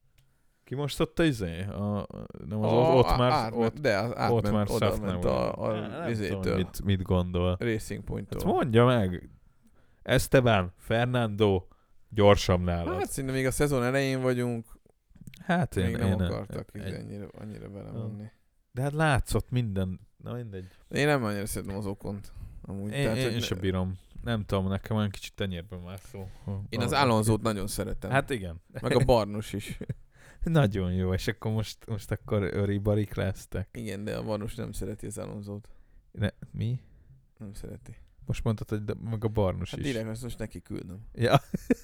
Ki most ott a izé? A, nem az, A- ott á- már, átment, ott, de az ott átment, már oda Safnauer. ment a, a Nem tudom, izétől, mit, mit gondol. Racing Point-tól. Hát mondja meg. Esteban, Fernando, gyorsabb nálad. Hát szinte még a szezon elején vagyunk, Hát én, még nem én akartak egy, egy, annyira, annyira belemenni. De hát látszott minden. Na mindegy. De én nem annyira szeretem az Okont. Amúgy. Én, Tehát, én, hogy én ne- sem bírom. Nem tudom, nekem olyan kicsit tenyérben mászó. Én az Alonzót nagyon szeretem. Hát igen. Meg a Barnus is. Nagyon jó, és akkor most, most akkor öri-barik lesztek. Igen, de a Barnus nem szereti az Alonzót. Ne, mi? Nem szereti. Most mondtad, hogy de, meg a Barnus Hát is. direkt azt most neki küldöm. Ja.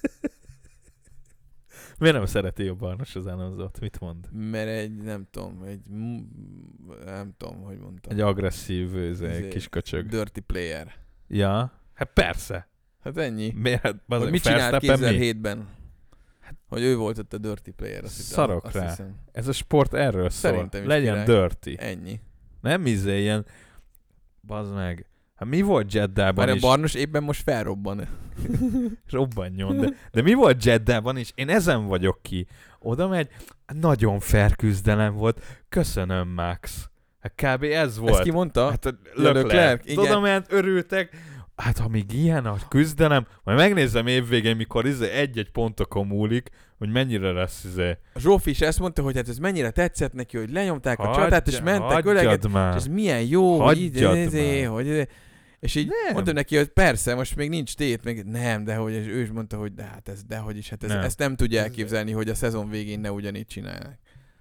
Miért nem szereti a Barnus az Alonzót? Mit mond? Mert egy, nem tudom, egy, m- nem tudom, hogy mondtam. Egy agresszív őzé, Izé, kis köcsög. Dirty player. Ja. Hát persze. Hát ennyi. Miért? Hát, Hogy bazeg, mit csinált Verstappen mi? kétezer-hétben? Hogy ő volt ott a dirty player. Azt hittem, Szarok azt rá. hiszem. Ez a sport erről szól. Szerintem is Legyen király. dirty. Ennyi. Nem izé ilyen, bazd meg, Hát mi volt Jeddában Már is? a Barnos éppen most felrobban. Robbanjon, de, de mi volt Jeddában is? Én ezen vagyok ki. Oda megy, nagyon fair küzdelem volt. Köszönöm, Max. Hát kb. Ez volt. Ezt ki mondta? Hát a Leclerc, Leclerc. igen. Oda ment, örültek. Hát amíg ilyen a küzdelem, majd megnézem évvégén, mikor izé egy-egy pontokon múlik, hogy mennyire lesz izé. A Zsófi is ezt mondta, hogy hát ez mennyire tetszett neki, hogy lenyomták a Hagyja, csatát, és mentek hagyjad öleget, már. és ez milyen jó, hogy Hagyjad így, izé, már. hogy izé. És így Nem. mondtam neki, hogy persze, most még nincs tét, meg nem, de hogy, és ő is mondta, hogy de hát ez, de hogy is, hát ez, Nem. ezt nem tudja elképzelni, hogy a szezon végén ne ugyanígy csinálják.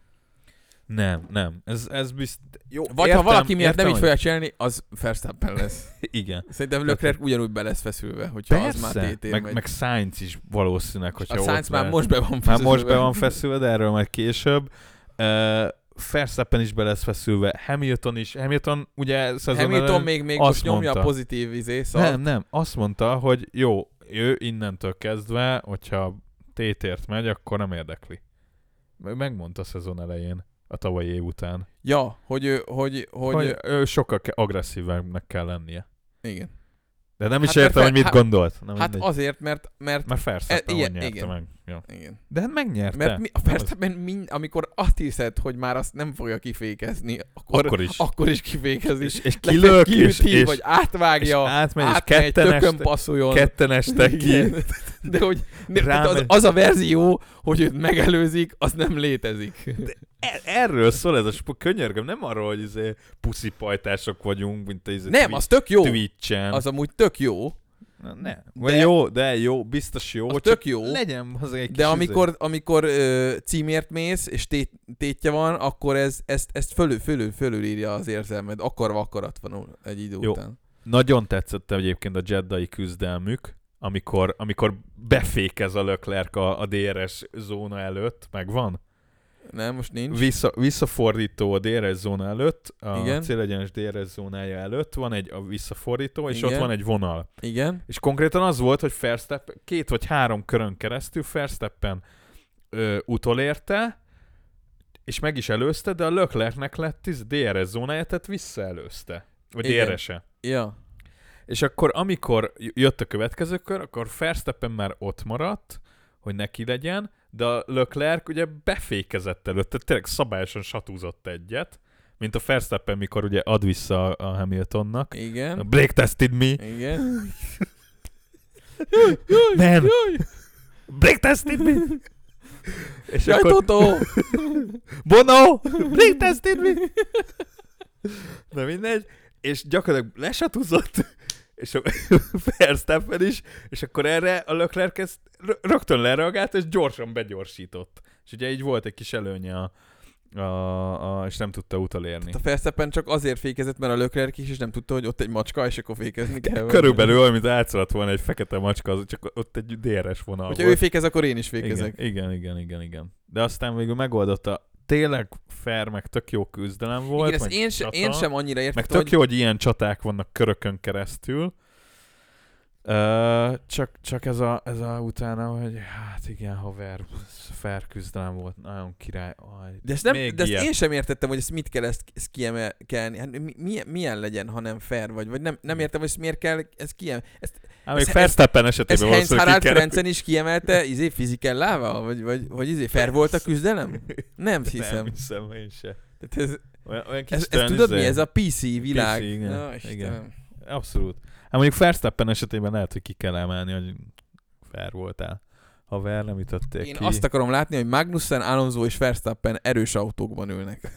Nem, nem. Ez, ez bizt... Jó, Vagy értem, ha valaki miatt értem, nem így hogy- fogja csinálni, az Verstappen lesz. Igen. Szerintem Leclerc ugyanúgy be lesz feszülve, hogyha az már Persze, tétén meg, megy. meg Sainz is valószínűleg, hogyha A ott Sainz már lehet. most be van Már feszülve. most be van feszülve, de erről majd később. Uh, Verstappen is be lesz feszülve, Hamilton is. Hamilton ugye szezon Hamilton elején még, még azt most nyomja mondta. a pozitív izé, szóval. Nem, nem. Azt mondta, hogy jó, ő innentől kezdve, hogyha tétért megy, akkor nem érdekli. Meg- Megmondta a szezon elején, a tavalyi év után. Ja, hogy ő, hogy, hogy, Hogy ő sokkal ke- agresszívebbnek kell lennie. igen. De nem is Hát, értem, mert hogy mit hát- gondolt. Nem Hát mindegy. azért, mert, mert, Mert Verstappen e- e, ilyen- nyerte igen. meg. Ja. igen. De hát megnyerte. Mert mi, a Nem az- Verstappen, mind, amikor azt hiszed, hogy már azt nem fogja kifékezni, akkor, Akkor is. akkor is kifékezni. És, és Leclerc kilök, és, kiüti, és, vagy átvágja, és átmegy, és átmegy, ketten, tökön este, passzoljon. ketten estek ki. Igen. De hogy de, de az, Rámegy. az a verzió, hogy őt megelőzik, az nem létezik. Er- Erről szól ez a sport. Könyörgöm, nem arról, hogy izé puszipajtások vagyunk, mint a izé Nem, Twi- az tök jó. Twitch-en. Az amúgy tök jó, Na, nem. Vagy De- jó, de jó, biztos jó. Az csak tök jó, legyen az egy de kis amikor, amikor ö, címért mész, és tét, tétje van, akkor ez, ezt, ezt fölül, fölül, fölülírja az érzelmed. Akarva akaratlanul egy idő Jó. után. Nagyon tetszett egyébként a Jeddai küzdelmük, amikor, amikor befékez a Leclerc a, a dé er es zóna előtt, megvan? Nem, most nincs. Vissza, visszafordító a dé er es zóna előtt, a Igen. célegyenes dé er es zónája előtt van egy a visszafordító, és Igen. ott van egy vonal. Igen. És konkrétan az volt, hogy Verstappen, két vagy három körön keresztül Verstappen ö, utolérte, és meg is előzte, de a Leclercnek lett tíz dé er es zónája, tehát visszaelőzte. Vagy Igen. dé er es-e. Ja. És akkor, amikor jött a következő kör, akkor Verstappen már ott maradt, hogy neki legyen, de a Leclerc ugye befékezett előtt, tehát tényleg szabályosan satúzott egyet, mint a Verstappen, mikor ugye ad vissza a Hamiltonnak. Igen. Brake tested me. Igen. Man. Brake tested me. És Jaj, akkor... Totó! Bono! Brake tested me. Na mindegy. És gyakorlatilag lesatúzott, és a Verstappen is, és akkor erre a Leclerc ezt rögtön lereagált, és gyorsan begyorsított. És ugye így volt egy kis előnye a, a, a és nem tudta utolérni. A Verstappen csak azért fékezett, mert a Leclerc is, és nem tudta, hogy ott egy macska, és akkor fékezni kell. Körülbelül olyan, mint átszaladt volna egy fekete macska, az csak ott egy dé er es vonal Hogyha volt. ő fékez, akkor én is fékezek. Igen, igen, igen, igen, igen. De aztán végül megoldotta. Tényleg fair, meg tök jó küzdelem volt. Igen, ezt meg én, se, csata. én sem annyira értem, Meg tök jó, hogy ilyen csaták vannak körökön keresztül. Uh, csak, csak ez a, ez a utána, hogy hát igen, haver, fair küzdelem volt, nagyon király. Aj, De ezt, nem, még de ezt ilyet. én sem értettem, hogy ezt mit kell ezt, ezt kiemelni. Hát mi, milyen, milyen legyen, ha nem fair vagy? Vagy nem, nem értem, hogy ezt miért kell ezt kiemelni. Ezt, Hát még ez- Verstappen ez esetében Heinz valószínűleg Harald ki kell- Frentzen is kiemelte, izé fizikellával? Vagy, vagy, vagy izé fair volt a küzdelem? Nem hiszem. Nem hiszem, én se. Tehát ez, Olyan, olyan kis ez, ez tön, tudod mi? izé- Ez a pé cé világ. pé cé, igen. Na, Igen. Istenem. Abszolút. Hát mondjuk Verstappen esetében lehet, hogy ki kell emelni, hogy fair voltál. Haver, nem ütötték Én ki. azt akarom látni, hogy Magnussen, Alonso és Verstappen erős autókban ülnek.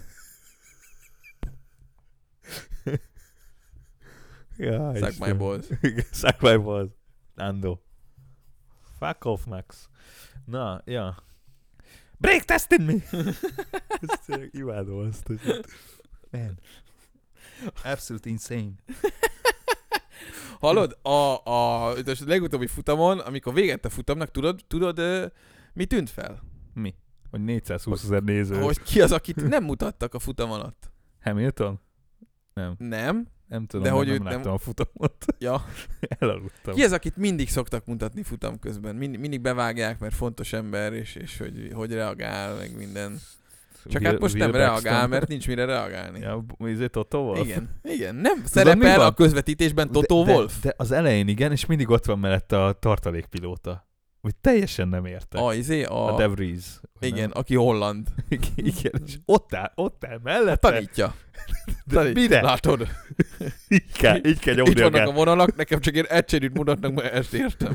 Ja, Suck Isten. my balls. Suck my balls. Nando. Fuck off, Max. Na, ja. Brake tested me! Ezt tényleg imádom azt, hogy... Man. Absolute insane. Hallod? A, a, a legutóbbi futamon, amikor véget a futamnak, tudod, tudod ö, mi tűnt fel? Mi? Hogy négyszázhúszezer néző. Hogy ki az, akit nem mutattak a futam alatt? Hamilton? Nem. Nem? Nem tudom, De de hogy nem őt láttam nem- a futamot. Ja. Elaludtam. Ki az, akit mindig szoktak mutatni futam közben? Mind, mindig bevágják, mert fontos ember, és, és hogy, hogy reagál, meg minden. Csak Will, hát most Will nem Braxton. reagál, mert nincs mire reagálni. Ja, izé Toto Wolff? Igen, igen. Nem mi szerepel van? a közvetítésben Toto de, Wolff. De, de az elején igen, és mindig ott van mellette a tartalékpilóta. Úgy teljesen nem értek. A, izé, a... A De Vries. Igen, aki holland. Igen, és ott áll, ott áll mellette. Tanítja. De Tanít. mire? Látod? Így kell, így kell nyomni Itt a vannak gát. a vonalak, nekem csak én egyszerűt mutatnak, mert ezt értem.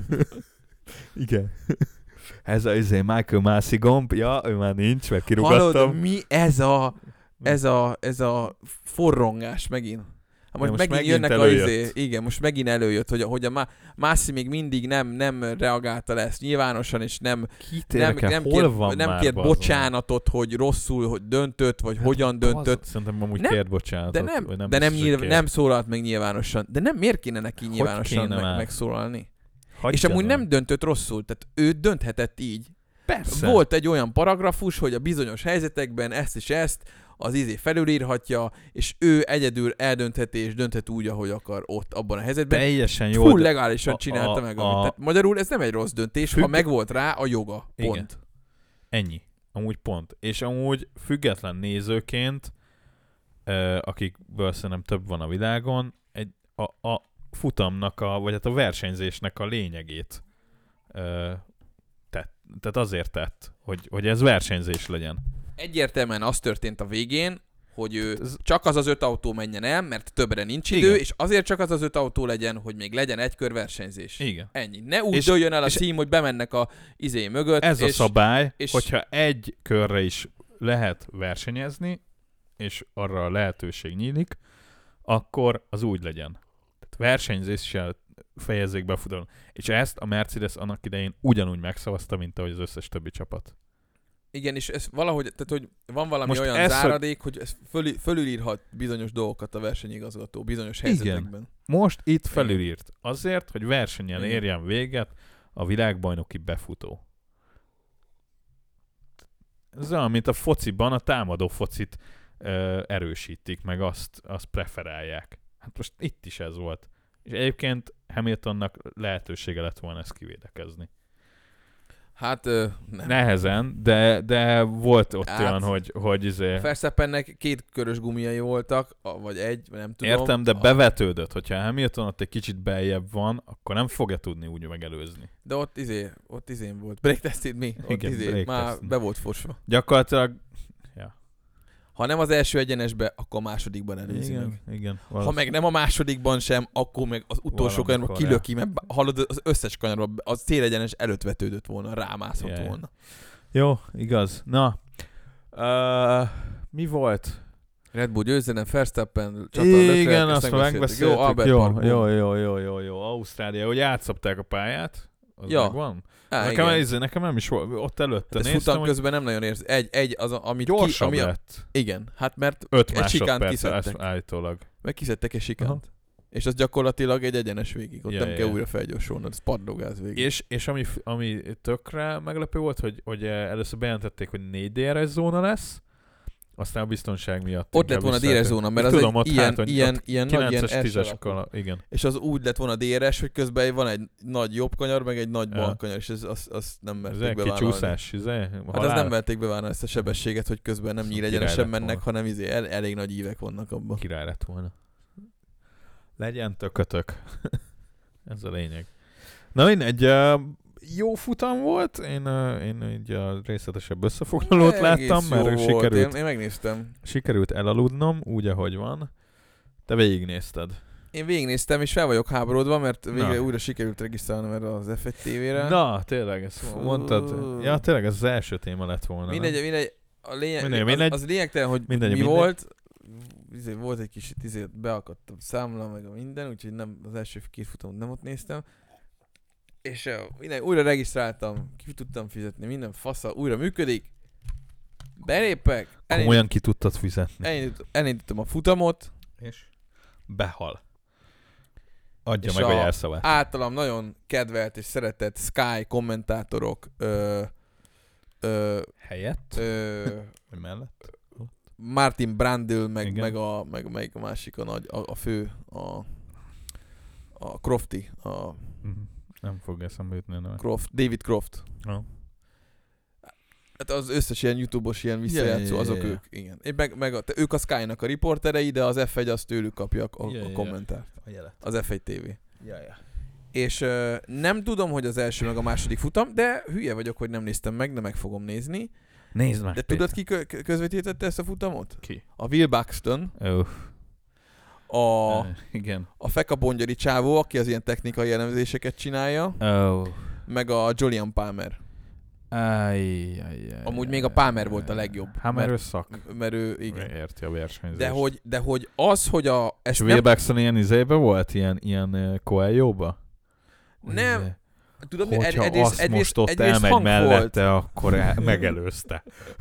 Igen. Ez a izé Michael Masi gomb, ja, ő már nincs, mert kirúgattam. Hallod, mi ez a, ez a, ez a forrongás megint? Hát most, most megint, megint jönnek előjött. a izé, igen, most megint előjött, hogy, hogy a Masi még mindig nem, nem reagálta le ezt nyilvánosan, és nem, Kit nem, érdekel, nem, hol kér, van nem már, kért bazd bocsánatot, hogy rosszul hogy döntött, vagy meg? hogyan Hát, döntött. bazd, Szerintem amúgy Nem, kért bocsánatot. De nem, vagy nem de nem, biztos, nyilv, hogy nem szólalt meg nyilvánosan. De nem, miért kéne neki Hogy nyilvánosan kéne meg, már? megszólalni? Hagyja És amúgy már. nem döntött rosszul, tehát ő dönthetett így. Persze. Volt egy olyan paragrafus, hogy a bizonyos helyzetekben ezt és ezt az izé felülírhatja, és ő egyedül eldöntheti és dönthet úgy, ahogy akar ott, abban a helyzetben. Teljesen jó. Full de- legálisan a- csinálta a- meg. a- Amit. Tehát magyarul ez nem egy rossz döntés, Függ- ha megvolt rá a joga. Igen. Pont. Ennyi. Amúgy pont. És amúgy független nézőként, uh, akikből szerintem több van a világon, egy, a, a futamnak, a, vagy hát a versenyzésnek a lényegét uh, tett. Tehát azért tett, hogy, hogy ez versenyzés legyen. Egyértelműen az történt a végén, hogy ő Ez- csak az az öt autó menjen el, mert többre nincs idő, Igen. és azért csak az az öt autó legyen, hogy még legyen egy kör versenyzés. Igen. Ennyi. Ne úgy És- dőljön el a és- cím, hogy bemennek a izé mögött. Ez és a szabály, és- hogyha egy körre is lehet versenyezni, és arra a lehetőség nyílik, akkor az úgy legyen. Tehát versenyzéssel fejezzék be a futamon. És ezt a Mercedes annak idején ugyanúgy megszavazta, mint ahogy az összes többi csapat. Igen, és ez valahogy, tehát hogy van valami Most olyan ez, záradék, hogy, hogy ez fölül, fölülírhat bizonyos dolgokat a versenyigazgató, bizonyos Igen. helyzetekben. Most itt felülírt. Azért, hogy versenyen Igen. érjen véget a világbajnoki befutó. Ez olyan, mint a fociban a támadó focit ö, erősítik, meg azt, azt preferálják. Hát most itt is ez volt. És egyébként Hamiltonnak lehetősége lett volna ezt kivédekezni. Hát ö, nem. Nehezen, de, de volt ott Hát, olyan, hogy, hogy izé... Verstappennek két körös gumiai voltak, a- vagy egy, vagy nem tudom. Értem, de A- bevetődött, hogyha Hamilton ott egy kicsit beljebb van, akkor nem fogja tudni úgy megelőzni. De ott izé, ott izén volt. Break tested mi? Ott Igen, izé, brake már tested. be volt fosva. Gyakorlatilag... Ha nem az első egyenesbe, akkor a másodikban előzi meg. Igen, igen. Ha meg nem a másodikban sem, akkor meg az utolsó kanyarban Valamikor, kilöki, mert b- hallod, az összes kanyarban az célegyenes előtt vetődött volna, rámászott Yeah. volna. Jó, igaz. Na, uh, mi volt? Red Bull győzelem, Verstappen, csata, Leclerc, Igen, ezt azt már megbeszéltük. Jó, Albert Jó, Park, jó, jó, jó, jó, jó. Ausztrália, hogy átszapták a pályát. Az Ja. megvan? Á, Nekem, igen. ez, nekem nem is volt. Ott előtte Ez néztem, futam hogy közben nem nagyon érz. Egy, egy az, a- amit gyorsabb ki, ami a, lett. igen, hát mert öt egy sikánt másodperc kiszedtek. állítólag. Meg kiszedtek egy sikánt. Aha. És az gyakorlatilag egy egyenes végig. Ott Ja, nem ja, kell ja. újra felgyorsulnod, ez padlógáz végig. És, és ami, ami tökre meglepő volt, hogy, hogy először bejelentették, hogy négy dé er es zóna lesz, aztán a biztonság miatt. Ott inkább lett volna dé er es visszaálltak. zóna, mert az Tudom, egy ott ilyen, háton, ilyen, ott ilyen nagy ilyen kilences, tízes S alakú. kala, igen. És az úgy lett volna dé er es, hogy közben van egy nagy jobb kanyar, meg egy nagy Ja. bal kanyar, és ez, azt, azt nem Ez merték egy bevállalni. kicsúszás, izé? Hát az nem verték bevállalni ezt a sebességet, hogy közben nem Szóval nyíl király egyenesen lett mennek, volna. hanem izé el, elég nagy ívek vannak abban. Király lett volna. Legyen tökötök. Ez a lényeg. Na mindegy, uh, jó futam volt, én, uh, én így a részletesebb összefoglalót Egész láttam, jó mert volt. sikerült, Én, én megnéztem. sikerült elaludnom, úgy, ahogy van. Te végignézted. Én végignéztem, és fel vagyok háborodva, mert végre Na. újra sikerült regisztrálnom erre az ef egy té vére. Na, tényleg, ezt Fú. mondtad. Ja, tényleg ez az első téma lett volna. Mindegy, nem? mindegy. A lényeg, Mindegy, az, mindegy. az lényegtelen, hogy Mindegy, mi mindegy. volt. Izé, volt egy kis izé, beakadt a számla, meg a minden, úgyhogy nem, az első két futamot nem ott néztem. És uh, mindegy, újra regisztráltam, ki tudtam fizetni, minden fasza, újra működik. Belépek, elindít, Komolyan ki tudtad fizetni. elindít, elindítom a futamot, És? Behal. Adja És meg a, a- jelszavát. általam nagyon kedvelt és szeretett Sky kommentátorok ö, ö, Helyett? ö, Vagy mellett? Martin Brundle, meg, Igen. meg, a, meg, meg a másik a, nagy, a, a fő, a, a Crofty, a Mhm. Nem fog eszembe jutni a neve. Croft, David Croft. No. Hát az összes ilyen YouTube-os ilyen visszajátszó, yeah, yeah, azok yeah. ők, igen. Én meg, meg a, ők a Sky-nak a riporterei, de az ef egy az tőlük kapja a, Yeah, a yeah. kommentárt. A jelet. Az ef egy té vé. Yeah, yeah. És uh, nem tudom, hogy az első meg a második futam, de hülye vagyok, hogy nem néztem meg, de meg fogom nézni. Nézd meg, De Péter. tudod, ki kö- közvetítette ezt a futamot? Ki? A Will Buxton, Oh. a, Uh, igen. a Feka Bongyari csávó, aki az ilyen technikai elemzéseket csinálja, Oh. meg a Julian Palmer. Aj, aj, aj, Amúgy aj, még a Palmer volt a legjobb. Hát mert ő szak. Mert ő, igen. Érti a versenyzést. De hogy, de hogy az, hogy a... És Ezt Will nem, Buxton ilyen izébe volt? Ilyen, ilyen uh, Coelho-ba? Nem. Izé. tudom, Hogyha egy, egyrészt, azt egyrészt, most ott egyrészt elmegy hang mellette, volt. akkor el, megelőzte.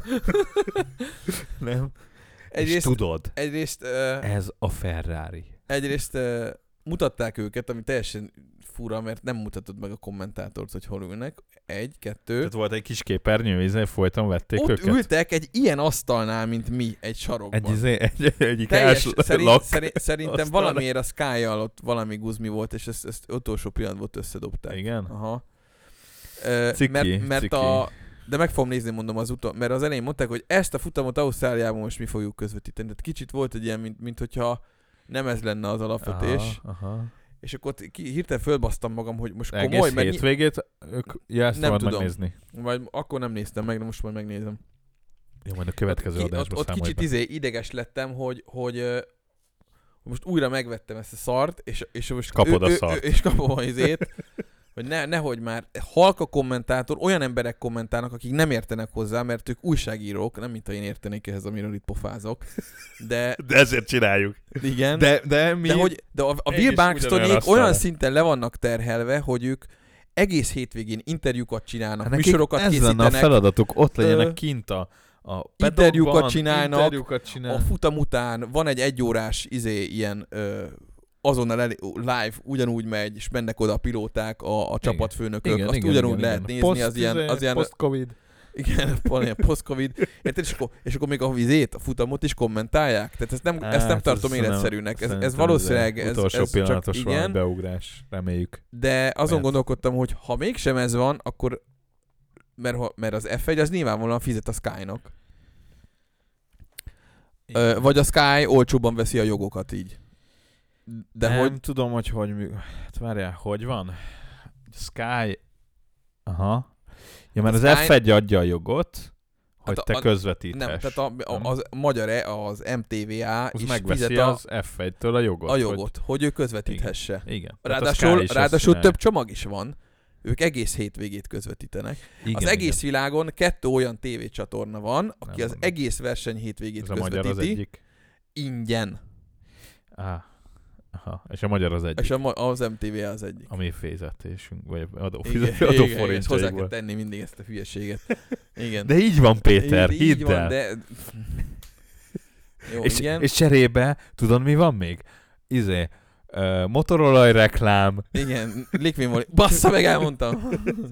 Nem? Egyrészt, És tudod, egyrészt, uh, ez a Ferrari. egyrészt uh, mutatták őket, ami teljesen fura, mert nem mutatod meg a kommentátort, hogy hol ülnek. Egy, kettő. Tehát volt egy kis képernyő, izé, folyton vették Ott őket. ültek egy ilyen asztalnál, mint mi, egy sarokban. Egy, izé, egy, egy Teljes, ás szerint, lak. szerint, szerintem asztalra. valamiért a Sky-jal ott valami guzmi volt, és ezt, ezt utolsó pillanatban összedobták. Igen? Aha. Ö, Ciki, mert, mert ciki. a, de meg fogom nézni, mondom, az utol, mert az elején mondták, hogy ezt a futamot Ausztráliában most mi fogjuk közvetíteni. Tehát kicsit volt egy ilyen, mint, mint hogyha nem ez lenne az alapvetés. Aha, aha. És akkor ki, hirtelen fölbasztam magam, hogy most Egész komoly, mert hétvégét ők ja, ezt Nem nem tudom. megnézni. vagy akkor nem néztem meg, de most majd megnézem. Jó, majd a következő Ki- adásban ott, ott számolj kicsit be. izé ideges lettem, hogy, hogy ö, most újra megvettem ezt a szart, és, és most Kapod a ő, szart. Ő, és kapom az izét, hogy ne, nehogy már halka kommentátor, olyan emberek kommentálnak, akik nem értenek hozzá, mert ők újságírók, nem mint ha én értenék ehhez, amiről itt pofázok. De De ezért csináljuk. igen. De, de mi... De, hogy, de a, a Mégis Will ugyanolyan Buxtonék asztalra. olyan szinten le vannak terhelve, hogy ők egész hétvégén interjúkat csinálnak, Hát nekik műsorokat ez lenne a készítenek, feladatuk, ott legyenek Ö, kint a, a interjúkat paddockban, csinálnak, interjúkat a csinál. futam után van egy egyórás izé, ilyen ö, azonnal el, live, ugyanúgy megy, és mennek oda a pilóták, a, a csapatfőnökök, Igen, azt igen, ugyanúgy igen, lehet igen. nézni, Post, az ilyen, izé, az ilyen post-covid. igen, van ilyen post-covid, érted, és akkor, és akkor még a vizét, a futamot is kommentálják, tehát ezt nem, ezt nem Hát, tartom ez életszerűnek, ez, ez szerintem valószínűleg, egy ez, utolsó ez csak pillanatos valami igen, beugrás, reméljük. de azon Lehet. gondolkodtam, hogy ha mégsem ez van, akkor, mert, ha, mert az ef egy az nyilvánvalóan fizet a Sky-nak. Ö, vagy a Sky olcsóban veszi a jogokat így. De nem hogy... tudom, hogy hogy mű... Hát várjál, hogy van? Sky... Aha. Ja, mert A az Sky- ef egy adja a jogot, hogy Hát te a- a- közvetítess. Nem, tehát a, a, az magyar, az em té vé á az is megveszi fizet a, az ef egytől a jogot. a jogot, hogy, hogy ő közvetíthesse. Hogy... Igen. Tehát a Ráadásul, Sky is ezt ráadásul csinálja. több csomag is van. Ők egész hétvégét közvetítenek. Igen, az egész igen. világon kettő olyan tévécsatorna van, aki Nem az mondom. egész verseny hétvégét Ez a magyar az közvetíti. egyik. Ingyen. Ah. Aha. És a magyar az egyik. És a, ma- az em té vé á az egyik. A mi fizetésünk, vagy Igen, adófizetésünk, igen, igen, ezt hozzá adóforintjaikból. kell tenni mindig ezt a hülyeséget. Igen. De így van, Péter, így, így hidd van, el. de... Jó, És, igen. és cserébe, tudod mi van még? Izé, uh, motorolaj reklám, Igen, Liquid Moly. Bassza meg, elmondtam.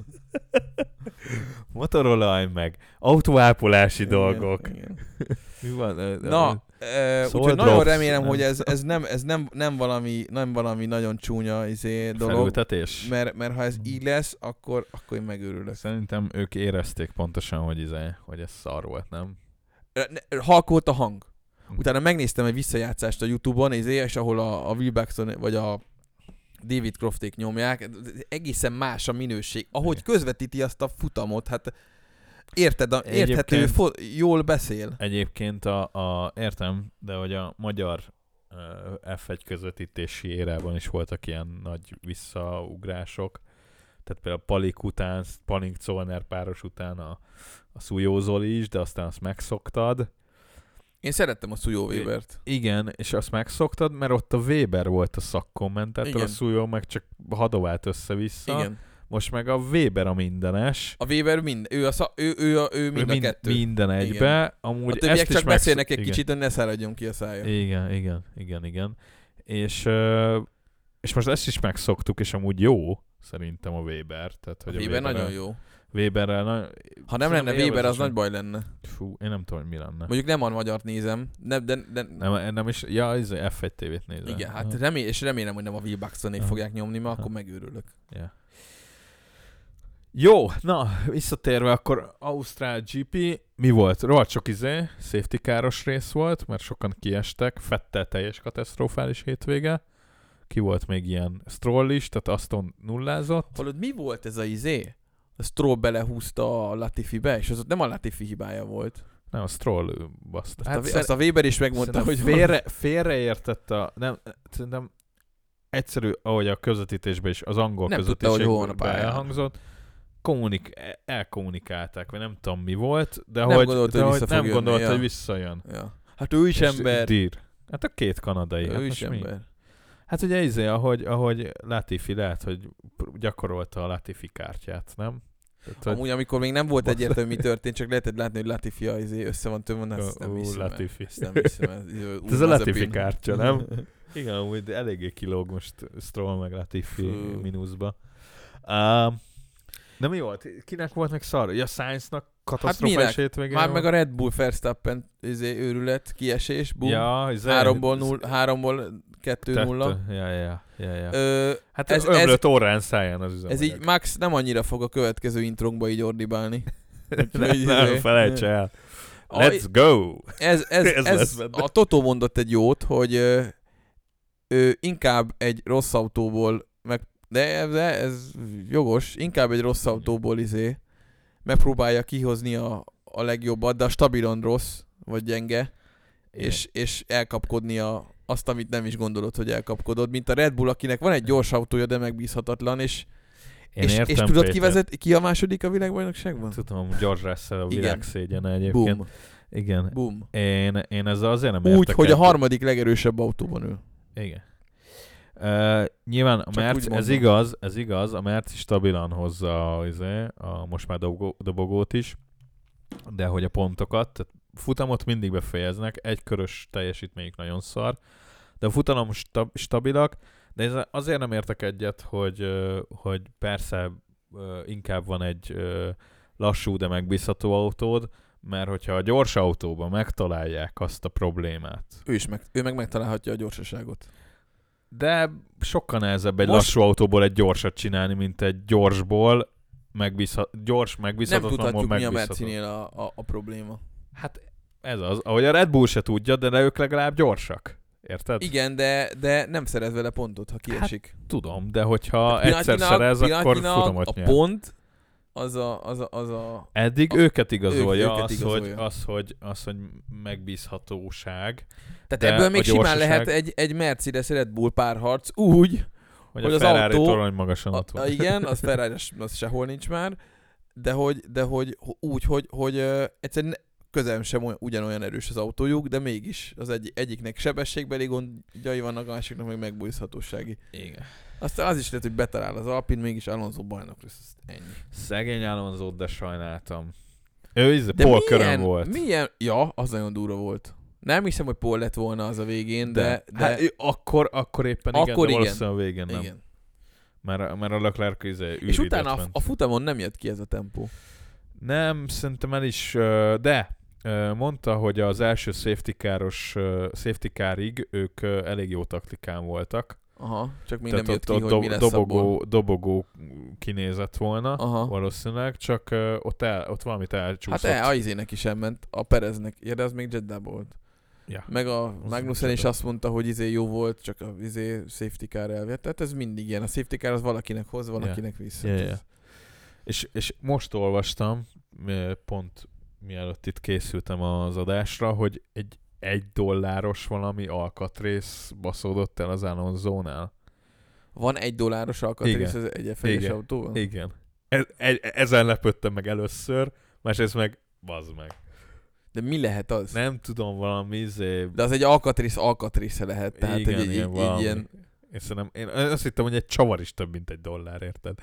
motorolaj meg, autóápolási Igen, dolgok. igen. Mi van? Ö, ö, Na, e, Soul úgyhogy nagyon Drops, remélem, nem. hogy ez, ez, nem, ez nem, nem, valami, nem valami nagyon csúnya izé dolog, felültetés? mert, mert ha ez így lesz, akkor, akkor én megőrülök. Szerintem ők érezték pontosan, hogy, izé, hogy ez szar volt, nem? Ne- Halk volt a hang. Utána megnéztem egy visszajátszást a YouTube-on, izé, és ahol a, a Will Buxton vagy a David Crofték nyomják, egészen más a minőség. Ahogy közvetíti azt a futamot, hát érted, a, érthető, Egyébként- fo- jól beszél. Egyébként a, a, értem, de hogy a magyar uh, ef egy közvetítési érában is voltak ilyen nagy visszaugrások. Tehát például Palik után, Palik Zollner páros után a, a Szujó Zoli is, de aztán azt megszoktad. Én szerettem a Szujó Webert. Igen, és azt megszoktad, mert ott a Weber volt a szakkommentátor, Igen. a Szujó meg csak hadovált össze-vissza. Igen. Most meg a Weber a mindenes. A Weber mind, ő, a szak, ő, ő, a, ő mind Ő a kettő. Minden egybe. Amúgy A többiek ezt csak is beszélnek egy igen. kicsit, hogy ne száradjon ki a szája. Igen, igen, igen, igen. És, ö, és most ezt is megszoktuk, és amúgy jó, szerintem a Weber. Tehát, A hogy Weber Weberrel- nagyon jó. Weberrel na, Ha nem lenne Weber, az élvezősen- nagy baj lenne. Fú, én nem tudom, hogy mi lenne. Mondjuk nem a magyart nézem, de, de, de Nem, nem is, ja, ez ef egy tévét nézem. igen, hát Aha. remé- és remélem, hogy nem a Will Buxtonék Aha. fogják nyomni, mert Aha. akkor megőrülök. Ja. Jó, na, visszatérve akkor Ausztrál gé pé, mi volt? Rohadt sok izé, safety káros rész volt, mert sokan kiestek, Vettel teljes katasztrofális hétvége. Ki volt még ilyen? Stroll is, tehát Aston nullázott. Hallod, mi volt ez a izé? A Stroll belehúzta a Latifibe, és az ott nem a Latifi hibája volt. Nem, a Stroll baszta. Azt, hát a, azt a Weber is megmondta, hogy félre, félreértett a... Nem, szerintem egyszerű, ahogy a közvetítésben is, az angol nem közvetítésben elhangzott, kommunik, elkommunikálták, vagy nem tudom mi volt, de nem hogy, gondolt, de hogy, hogy nem jönni, gondolt, ja. hogy visszajön. Ja. Hát ő is és ember. Dír. Hát a két kanadai. Ő hát is ember. Mi? Hát ugye izé, ahogy, ahogy Latifi lehet, hogy gyakorolta a Latifi kártyát, nem? Tehát, amúgy, amikor még nem volt egyértelmű, mi történt, csak lehetett látni, hogy Latifi izé össze van tömve, ezt nem hiszem el. Latifi. Ezt nem hiszem el. Ez, ez a Latifi kártya, nem? Igen, amúgy eléggé kilóg most Stroll meg Latifi mínuszba. Uh, de mi volt? Kinek volt meg szar? Ja, Sainznak katasztrofális hát hétvégén már meg a Red Bull Verstappen izé, őrület, kiesés, bum. Ja, izé, háromból, null, háromból kettő nulla. Ja, ja, ja, ja. Ö, hát ez ömlött órán száján az üzemanyag. Ez így Max nem annyira fog a következő intrónkba így ordibálni. nem, nem felejts el. Let's go! Ez, ez, ez, ez a Totó mondott egy jót, hogy ö, ö, inkább egy rossz autóból, meg, de, de ez jogos, inkább egy rossz autóból izé megpróbálja kihozni a, a legjobbat, de a stabilan rossz, vagy gyenge, és, és elkapkodni a, azt, amit nem is gondolod, hogy elkapkodod, mint a Red Bull, akinek van egy gyors autója, de megbízhatatlan, és Én és, értem, és tudod, ki vezet, ki a második a világbajnokságban? Tudom, George Russell a világ szégyene egyébként. Boom. Igen. Boom. Én, én ezzel azért nem Úgy, értek hogy el. a harmadik legerősebb autóban ül. Igen. Uh, nyilván a Merci, ez igaz, ez igaz, a Merci stabilan hozza a, a most már dobogó, dobogót is, de hogy a pontokat, tehát futamot mindig befejeznek, egy körös teljesítményük nagyon szar, de a futalom stab, stabilak, de ez azért nem értek egyet, hogy, hogy persze inkább van egy lassú, de megbízható autód, mert hogyha a gyors autóban megtalálják azt a problémát. Ő is meg, ő meg megtalálhatja a gyorsaságot. De sokkal nehezebb egy Most... lassú autóból egy gyorsat csinálni, mint egy gyorsból megbízhat, gyors megbízhatatlan. Nem tudhatjuk, mi a megbízható. Mercinél a, a, a probléma. Hát ez az. Ahogy a Red Bull se tudja, de ők legalább gyorsak. Érted? Igen, de, de nem szerez vele pontot, ha kiesik. Hát, tudom, de hogyha de egyszer szerez, akkor futamot a nyer. A pont az a... Az a, az a Eddig a, őket igazolja, ők, őket az, igazolja. Hogy, az, hogy, az, hogy megbízhatóság. Tehát ebből még simán lehet egy, egy Mercedes Red Bull párharc úgy, hogy, hogy a az Ferrari autó... torony magasan ott van. A, igen, az Ferrari az sehol nincs már, de hogy, de hogy úgy, hogy, hogy uh, egyszerűen közel sem olyan, ugyanolyan erős az autójuk, de mégis az egy, egyiknek sebességbeli gondjai vannak, a másiknak meg megbízhatósági. Igen. Aztán az is lehet, hogy betalál az Alpine, mégis Alonso bajnok lesz. Ennyi. Szegény Alonso, de sajnáltam. Ő is Paul körön volt. Milyen? Ja, az nagyon durva volt. Nem hiszem, hogy Paul lett volna az a végén, de... de, de... Hát, akkor, akkor éppen akkor igen, de igen. valószínűleg a végén nem. Igen. Mert, mert a Leclerc izé És utána a, a futamon nem jött ki ez a tempó. Nem, szerintem el is, de mondta, hogy az első safety káros, safety kárig ők elég jó taktikán voltak. Aha, csak még tehát nem jött ott, ki, ott hogy mi lesz dobogó, abból. dobogó kinézett volna, aha. valószínűleg, csak uh, ott, el, ott valamit elcsúszott. Hát el, a izének is elment, a Pereznek, ja, de az még Jeddában volt. Ja. Meg a Magnussen is azt mondta, hogy izé jó volt, csak a izé safety car elvett. Tehát ez mindig ilyen. A safety car az valakinek hoz, valakinek yeah. vissza. Yeah, yeah. És, és most olvastam, pont mielőtt itt készültem az adásra, hogy egy egy dolláros valami alkatrész baszódott el az Alonso-nál. Van egy dolláros alkatrész az egyefegyes autóval? Igen. E- e- ezen lepődtem meg először, másrészt meg bazd meg. De mi lehet az? Nem tudom, valami izé... De az egy alkatrész alkatrésze lehet. Tehát igen, egy, igen, egy, egy ilyen... Én, szerintem, én azt hittem, hogy egy csavar is több, mint egy dollár, érted?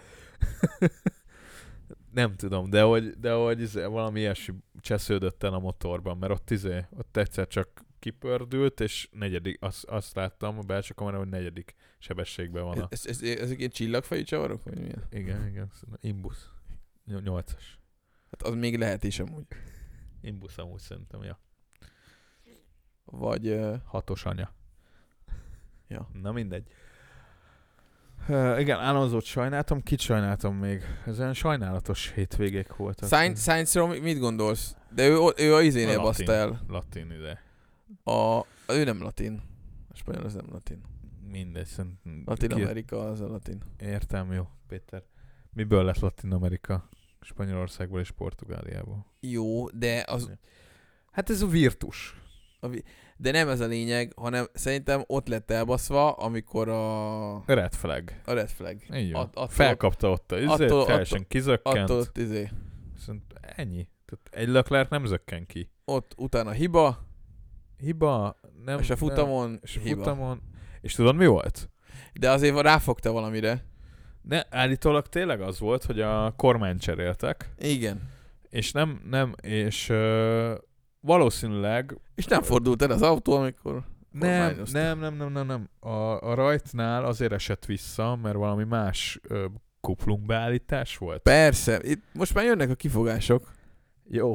Nem tudom, de hogy, de hogy izé, valami ilyesmi csesződött el a motorban, mert ott, izé, ott egyszer csak kipördült, és negyedik, azt, azt láttam a belső kamerán, hogy negyedik sebességben van a... Ez, ez, ez, ezek ilyen csillagfejű csavarok? Vagy milyen? Igen, igen. Imbus. Nyolcas. Hát az még lehet is amúgy. Imbus amúgy szerintem, ja. Vagy... Uh... Hatos anya. Ja. Na mindegy. Uh, igen, Alonso-t sajnáltam, kit sajnáltam még? Ez olyan sajnálatos hétvégék voltak. Sainz, Sainzról mit gondolsz? De ő, ő a izénél baszta el. Latin ide. A, ő nem latin. A spanyol az nem latin. Mindegy, szerintem... Latin Amerika az a latin. Értem, jó, Péter. Miből lett Latin Amerika? Spanyolországból és Portugáliából. Jó, de az... Hát ez a virtus. A vi... De nem ez a lényeg, hanem szerintem ott lett elbaszva, amikor a... A red flag. A red flag. Így van. At, attól, felkapta ott a izét, teljesen kizökkent. Attól ott izé. Viszont ennyi. Tehát egy Leclerc nem zökken ki. Ott utána hiba. Hiba. Nem, és a futamon nem, és a hiba. futamon. És tudod mi volt? De azért ráfogta valamire. Ne, állítólag tényleg az volt, hogy a kormányt cseréltek. Igen. És nem, nem, és uh, valószínűleg... És nem fordult el az autó, amikor... Nem, nem, nem, nem, nem, nem. A, a rajtnál azért esett vissza, mert valami más uh, kuplungbeállítás volt. Persze. Itt most már jönnek a kifogások. Jó.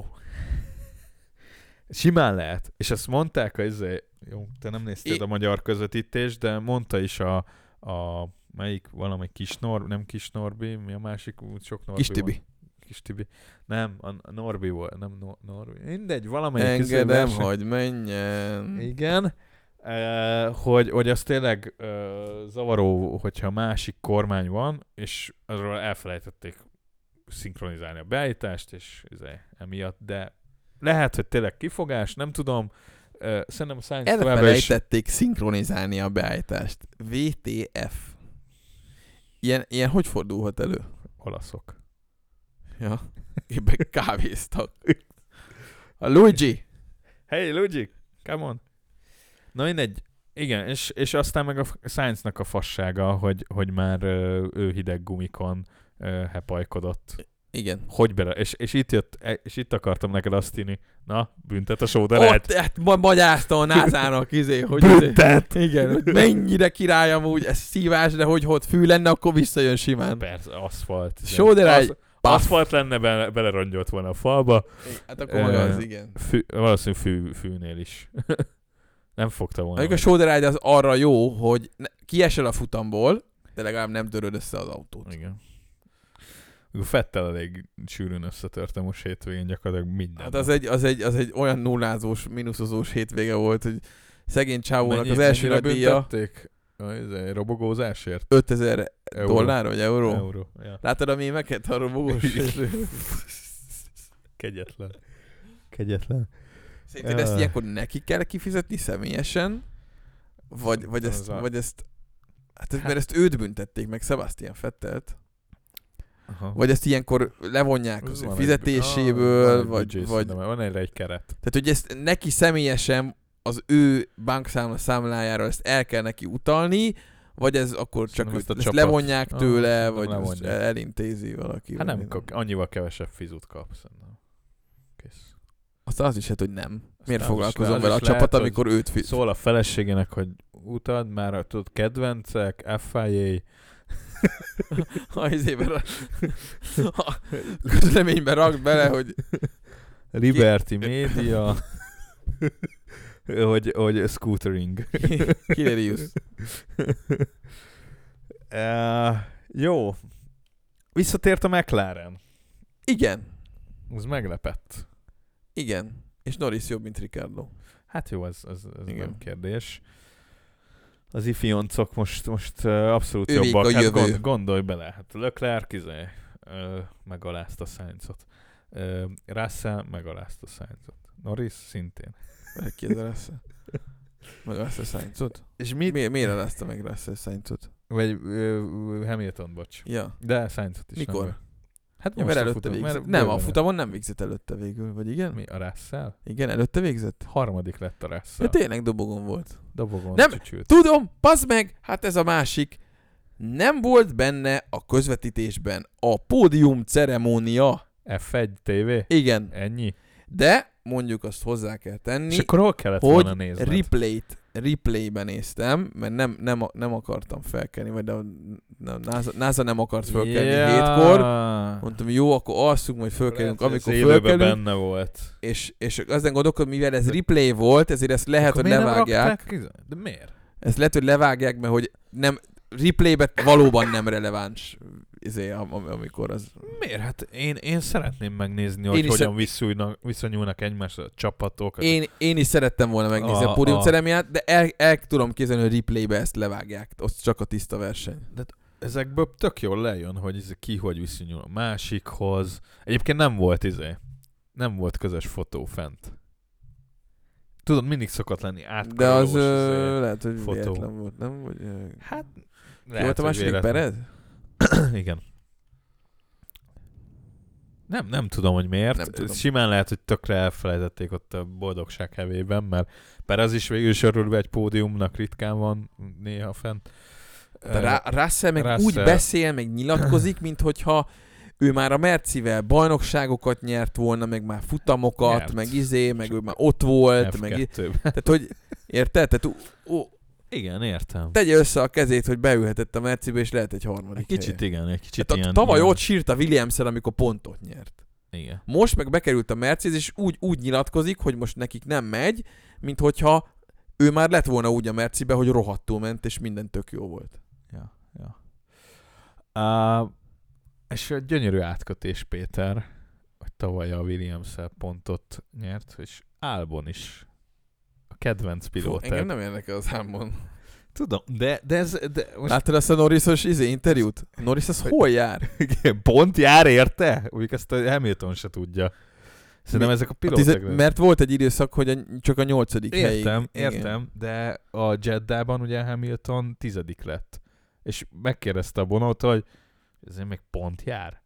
Simán lehet. És ezt mondták, hogy jó, te nem néztél I... a magyar közvetítést, de mondta is a, a melyik, valami kis Norbi, nem kis Norbi, mi a másik, sok Norbi Kis Tibi. Van. Kis Tibi. Nem, a Norbi volt, nem no, Norbi. Mindegy, valamelyik. Engedem, hogy menjen. Igen. Uh, hogy, hogy az tényleg uh, zavaró, hogyha másik kormány van, és azról elfelejtették szinkronizálni a beállítást, és ezért, emiatt, de lehet, hogy tényleg kifogás, nem tudom. Uh, szerintem a Sainz elfelejtették is... szinkronizálni a beállítást. vé té ef. Ilyen, ilyen hogy fordulhat elő? Olaszok. Ja. Éppen kávéztak. A Luigi! Hey Luigi! Come on! Na mindegy. Igen, és, és aztán meg a Sainznak a fassága, hogy, hogy már uh, ő hideg gumikon uh, hepajkodott. Igen. Hogy bele, és, és, itt jött, és itt akartam neked azt írni, na, büntet a sóderát. Ott hát, ma magyarázta a názának, izé, hogy büntet! Izé, igen, hogy mennyire király amúgy, ez szívás, de hogy ott fű lenne, akkor visszajön simán. Persze, aszfalt. Sóderát, Az, aszfalt lenne, be, belerongyolt volna a falba. Hát akkor maga az, igen. Fű, valószínűleg fű, fűnél is. Nem fogta volna. A sóderágy az arra jó, hogy kiesel a futamból, de legalább nem töröd össze az autót. Igen. Fettel elég sűrűn összetörte most hétvégén gyakorlatilag minden. Hát az egy, az, egy, az egy olyan nullázós, mínuszozós hétvége volt, hogy szegény csávónak az első nagy díja... Mennyire robogózásért? ötezer dollár vagy euró? Euró, ja. Láttad a mémeket a robogós? Kegyetlen. Kegyetlen. Szerinted ezt ilyenkor neki kell kifizetni személyesen? Vagy, vagy, ezt, a... vagy ezt... Hát, hát mert ezt őt büntették meg, Sebastian Vettelt. Aha. Vagy ezt ilyenkor levonják az ő fizetéséből, egy, vagy... vagy, vagy... van erre egy keret. Tehát, hogy ezt neki személyesen az ő bankszámla számlájára ezt el kell neki utalni, vagy ez akkor csak ezt, ezt levonják tőle, ah, vagy levonják. Elintézi valaki. Hát nem, annyival kevesebb fizut kap, szerintem. Kész. Aztán az is hát, hogy nem. Miért foglalkozom vele a csapat, amikor őt fizet? Szól a feleségének, hogy utad, már tudod, kedvencek, ef i á, ha izében a, a közleményben rakd bele, hogy Liberty Ki... Media, hogy, hogy scootering. Hilarious. uh, jó. Visszatért a McLaren. Igen. Ez meglepett. Igen. És Norris jobb, mint Ricardo. Hát jó, ez, ez, ez nem kérdés. Az ifjoncok most, most uh, abszolút Ővék jobbak. Hát gond, gondolj bele. Hát Leclerc izé, uh, megalázta a Sainzot. Uh, Russell megalázta a Sainzot. Norris szintén. Ki ez a Russell? Megalázta a Sainzot? És mit? Mi, miért alázta meg Russell a Sainzot? Vagy uh, Hamilton, bocs. Ja. De Sainzot is. Mikor? Nem. Hát ja, most mert a előtte futam, végzett. mert Nem, a futamon nem végzett előtte végül, vagy igen? Mi, a Russell? Igen, előtte végzett. Harmadik lett a Russell. Ja, tényleg dobogon volt. Dobogon nem, csücsült. Tudom, pazd meg, hát ez a másik. Nem volt benne a közvetítésben a pódium ceremónia. ef egy té vé? Igen. Ennyi? De mondjuk azt hozzá kell tenni, és akkor hol kellett hogy volna nézned? replayt, replayben néztem, mert nem, nem, nem akartam felkelni, vagy de NASA, NASA nem akart felkelni yeah. hétkor. Mondtam, jó, akkor alszunk, majd felkelünk, amikor felkelünk. Benne volt. És, és aztán gondolkodom, mivel ez replay volt, ezért ezt lehet, akkor hogy levágják. De miért? Ezt lehet, hogy levágják, mert hogy nem replaybe valóban nem releváns, izé, am- amikor az... Miért? Hát én, én szeretném megnézni, hogy Én is hogyan szeret- viszonyulnak, viszonyulnak egymásra a csapatok. Én, én is szerettem volna megnézni a, A- a pódium a- ceremoniát, de el, el tudom képzelni, hogy replaybe ezt levágják. Ott csak a tiszta verseny. Ezekből tök jól lejön, hogy izé ki hogy viszonyul a másikhoz. Egyébként nem volt izé. Nem volt közös fotó fent. Tudod, mindig szokott lenni De átkarolós az izé. ö, lehet, hogy fotó. véletlen volt, nem? Vagy, ö, Hát, ki lehet, volt a hogy második véletlen. Perez? Igen. Nem, nem tudom, hogy miért. Nem tudom. Simán lehet, hogy tökre elfelejtették ott a boldogság hevében, mert Perez is végül is örül be egy pódiumnak, ritkán van néha fent. De Ra- Russell meg Russell. úgy beszél, meg nyilatkozik, mint hogyha ő már a Mercivel bajnokságokat nyert volna, meg már futamokat, Nyert. meg izé, meg ő már ott volt, meg... i- F kettő. Tehát, hogy érted? Tehát, ó, ó, Igen, értem. tegye össze a kezét, hogy beülhetett a Mercibe, és lehet egy harmadik Egy kicsit helye. igen, egy kicsit Tehát ilyen... tavaly ilyen... ott sírt a Williams-el, amikor pontot nyert. Igen. Most meg bekerült a Mercedes, és úgy, úgy nyilatkozik, hogy most nekik nem megy, mint hogyha ő már lett volna úgy a Mercibe, hogy rohadtul ment, és minden tök jó volt. Ja, ja. Uh, és a gyönyörű átkötés, Péter, hogy tavaly a Williams-el pontot nyert, és Albon is a kedvenc Fú, pilóter. engem nem érdekel az álmon. Tudom, de, de ez... De most Láttad azt a Norrisos izé, interjút? Norris az hol jár? pont jár érte? Úgy ezt a Hamilton se tudja. Szerintem Mi? ezek a A pilóták... tize- mert volt egy időszak, hogy a, csak a nyolcadik helyig. Értem, Igen. értem, de a Jeddában ugye Hamilton tizedik lett. És megkérdezte a Bonót, hogy ezért még pont jár.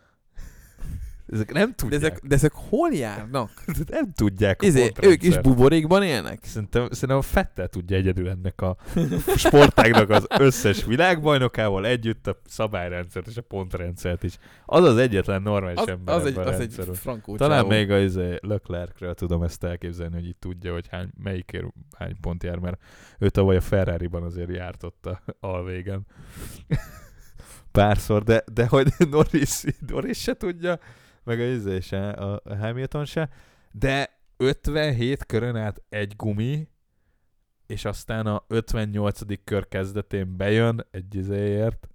Ezek nem De tudják. ezek, de ezek hol járnak? Nem tudják a Izé, pontrendszert. ők is buborékban élnek? Szerintem, szerintem a Fettel tudja egyedül ennek a sportágnak az összes világbajnokával együtt a szabályrendszert és a pontrendszert is. Az az egyetlen normális Az, ember az, egy, ebben a az egy rendszerben. frankó Talán csávó. még a izé, Leclercről tudom ezt elképzelni, hogy így tudja, hogy hány, melyikért hány pont jár, mert ő tavaly a Ferrari-ban azért járt ott a alvégen. Párszor, de, de hogy Norris, Norris se tudja, meg a izé se, a a Hamilton se, de ötvenhét körön át egy gumi, és aztán a ötvennyolcadik kör kezdetén bejön egy izéért,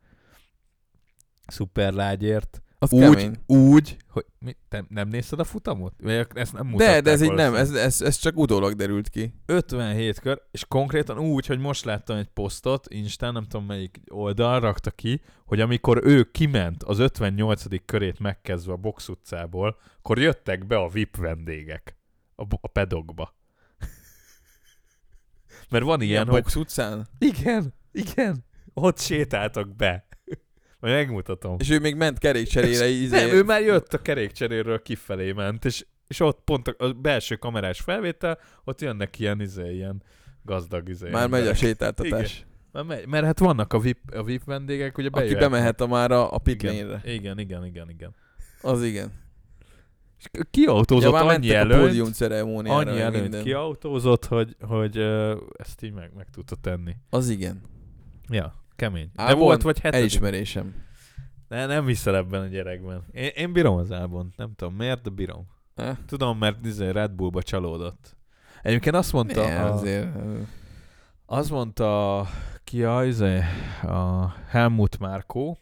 szuperlágyért, Az úgy, kemény. úgy, hogy mi, te nem nézted a futamot? Vagy ezt nem mutatták De, de ez így nem, valószínűleg. ez, ez, ez csak utólag derült ki. ötvenhét kör, és konkrétan úgy, hogy most láttam egy posztot, Instán, nem tudom melyik oldal rakta ki, hogy amikor ő kiment az ötvennyolcadik körét megkezdve a Box utcából, akkor jöttek be a vé i pé vendégek a, a pedokba. Mert van ilyen, a hogy Box utcán? igen, igen, ott sétáltak be. Majd megmutatom. És ő még ment kerékcserére. Izé... Nem, ő már jött a kerékcseréről kifelé ment, és, és ott pont a, a belső kamerás felvétel, ott jönnek ilyen, izé, ilyen gazdag izé. Már megy a emberek. sétáltatás. Már megy, mert hát vannak a vé i pé, a vé i pé vendégek, ugye Aki bejöhetnek. bemehet a már a, a pit Igen, lane-re. igen, igen, igen, igen. Az igen. És kiautózott Ja, már annyi mentek a pódium előnyt, ceremóniára. annyi meg előnyt minden. kiautózott, hogy, hogy uh, ezt így meg, meg tudta tenni. Az igen. Ja, kemény. De Albon, volt vagy hetedik? Elismerésem. Ne, nem hiszel ebben a gyerekben. Én, én bírom az Albont, nem tudom miért, de bírom. Eh? Tudom, mert izé Red Bullba csalódott. Egyébként azt mondta, Ne, a, azért. azt mondta ki a, izé, a Helmut Márkó,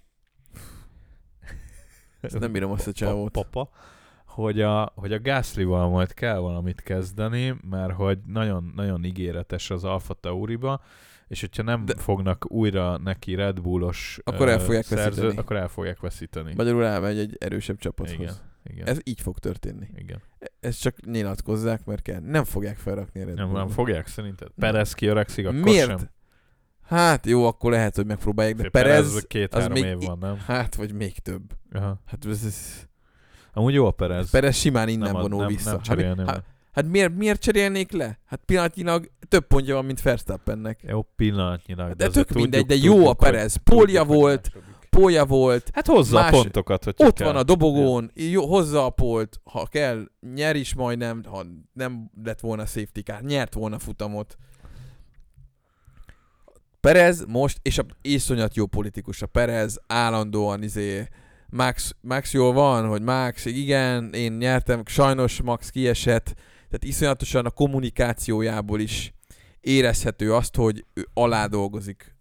Ezt nem bírom azt a csávót. papa, hogy a, hogy a Gaslyval majd kell valamit kezdeni, mert hogy nagyon, nagyon ígéretes az Alfa Tauriba, és hogyha nem De... De... fognak újra neki Red Bullos Akkor el fogják szerző, veszíteni. akkor el fogják veszíteni. Magyarul elmegy egy erősebb csapathoz. Igen, igen. Ez így fog történni. igen. Ezt csak nyilatkozzák, mert kell. Nem fogják felrakni a Red Nem, nem Bullba. fogják szerinted? Perez kiöregszik, akkor Miért? sem. Hát jó, akkor lehet, hogy megpróbálják, de Perez Perez, két-három még év van, nem? hát vagy még több. Aha. Hát ez, ez, Amúgy jó a Perez. Perez simán innen nem, vonul nem, vissza. Nem hát, cserélném. hát, hát miért, miért cserélnék le? Hát pillanatnyilag több pontja van, mint Verstappennek. Jó, pillanatnyilag. De azért tök mindegy, tudjuk- de jó tudjuk, a Perez. hogy- Polja tudjuk, hogy volt, második. Polja volt, Hát hozza más- a pontokat, hogy ott kell. van a dobogón, jó, hozza a polt, ha kell, nyer is majdnem, ha nem lett volna safety car, nyert volna futamot. Perez most, és a iszonyat jó politikus a Perez, állandóan izé, Max, Max jól van, hogy Max, igen, én nyertem, sajnos Max kiesett, tehát iszonyatosan a kommunikációjából is érezhető azt, hogy ő alá dolgozik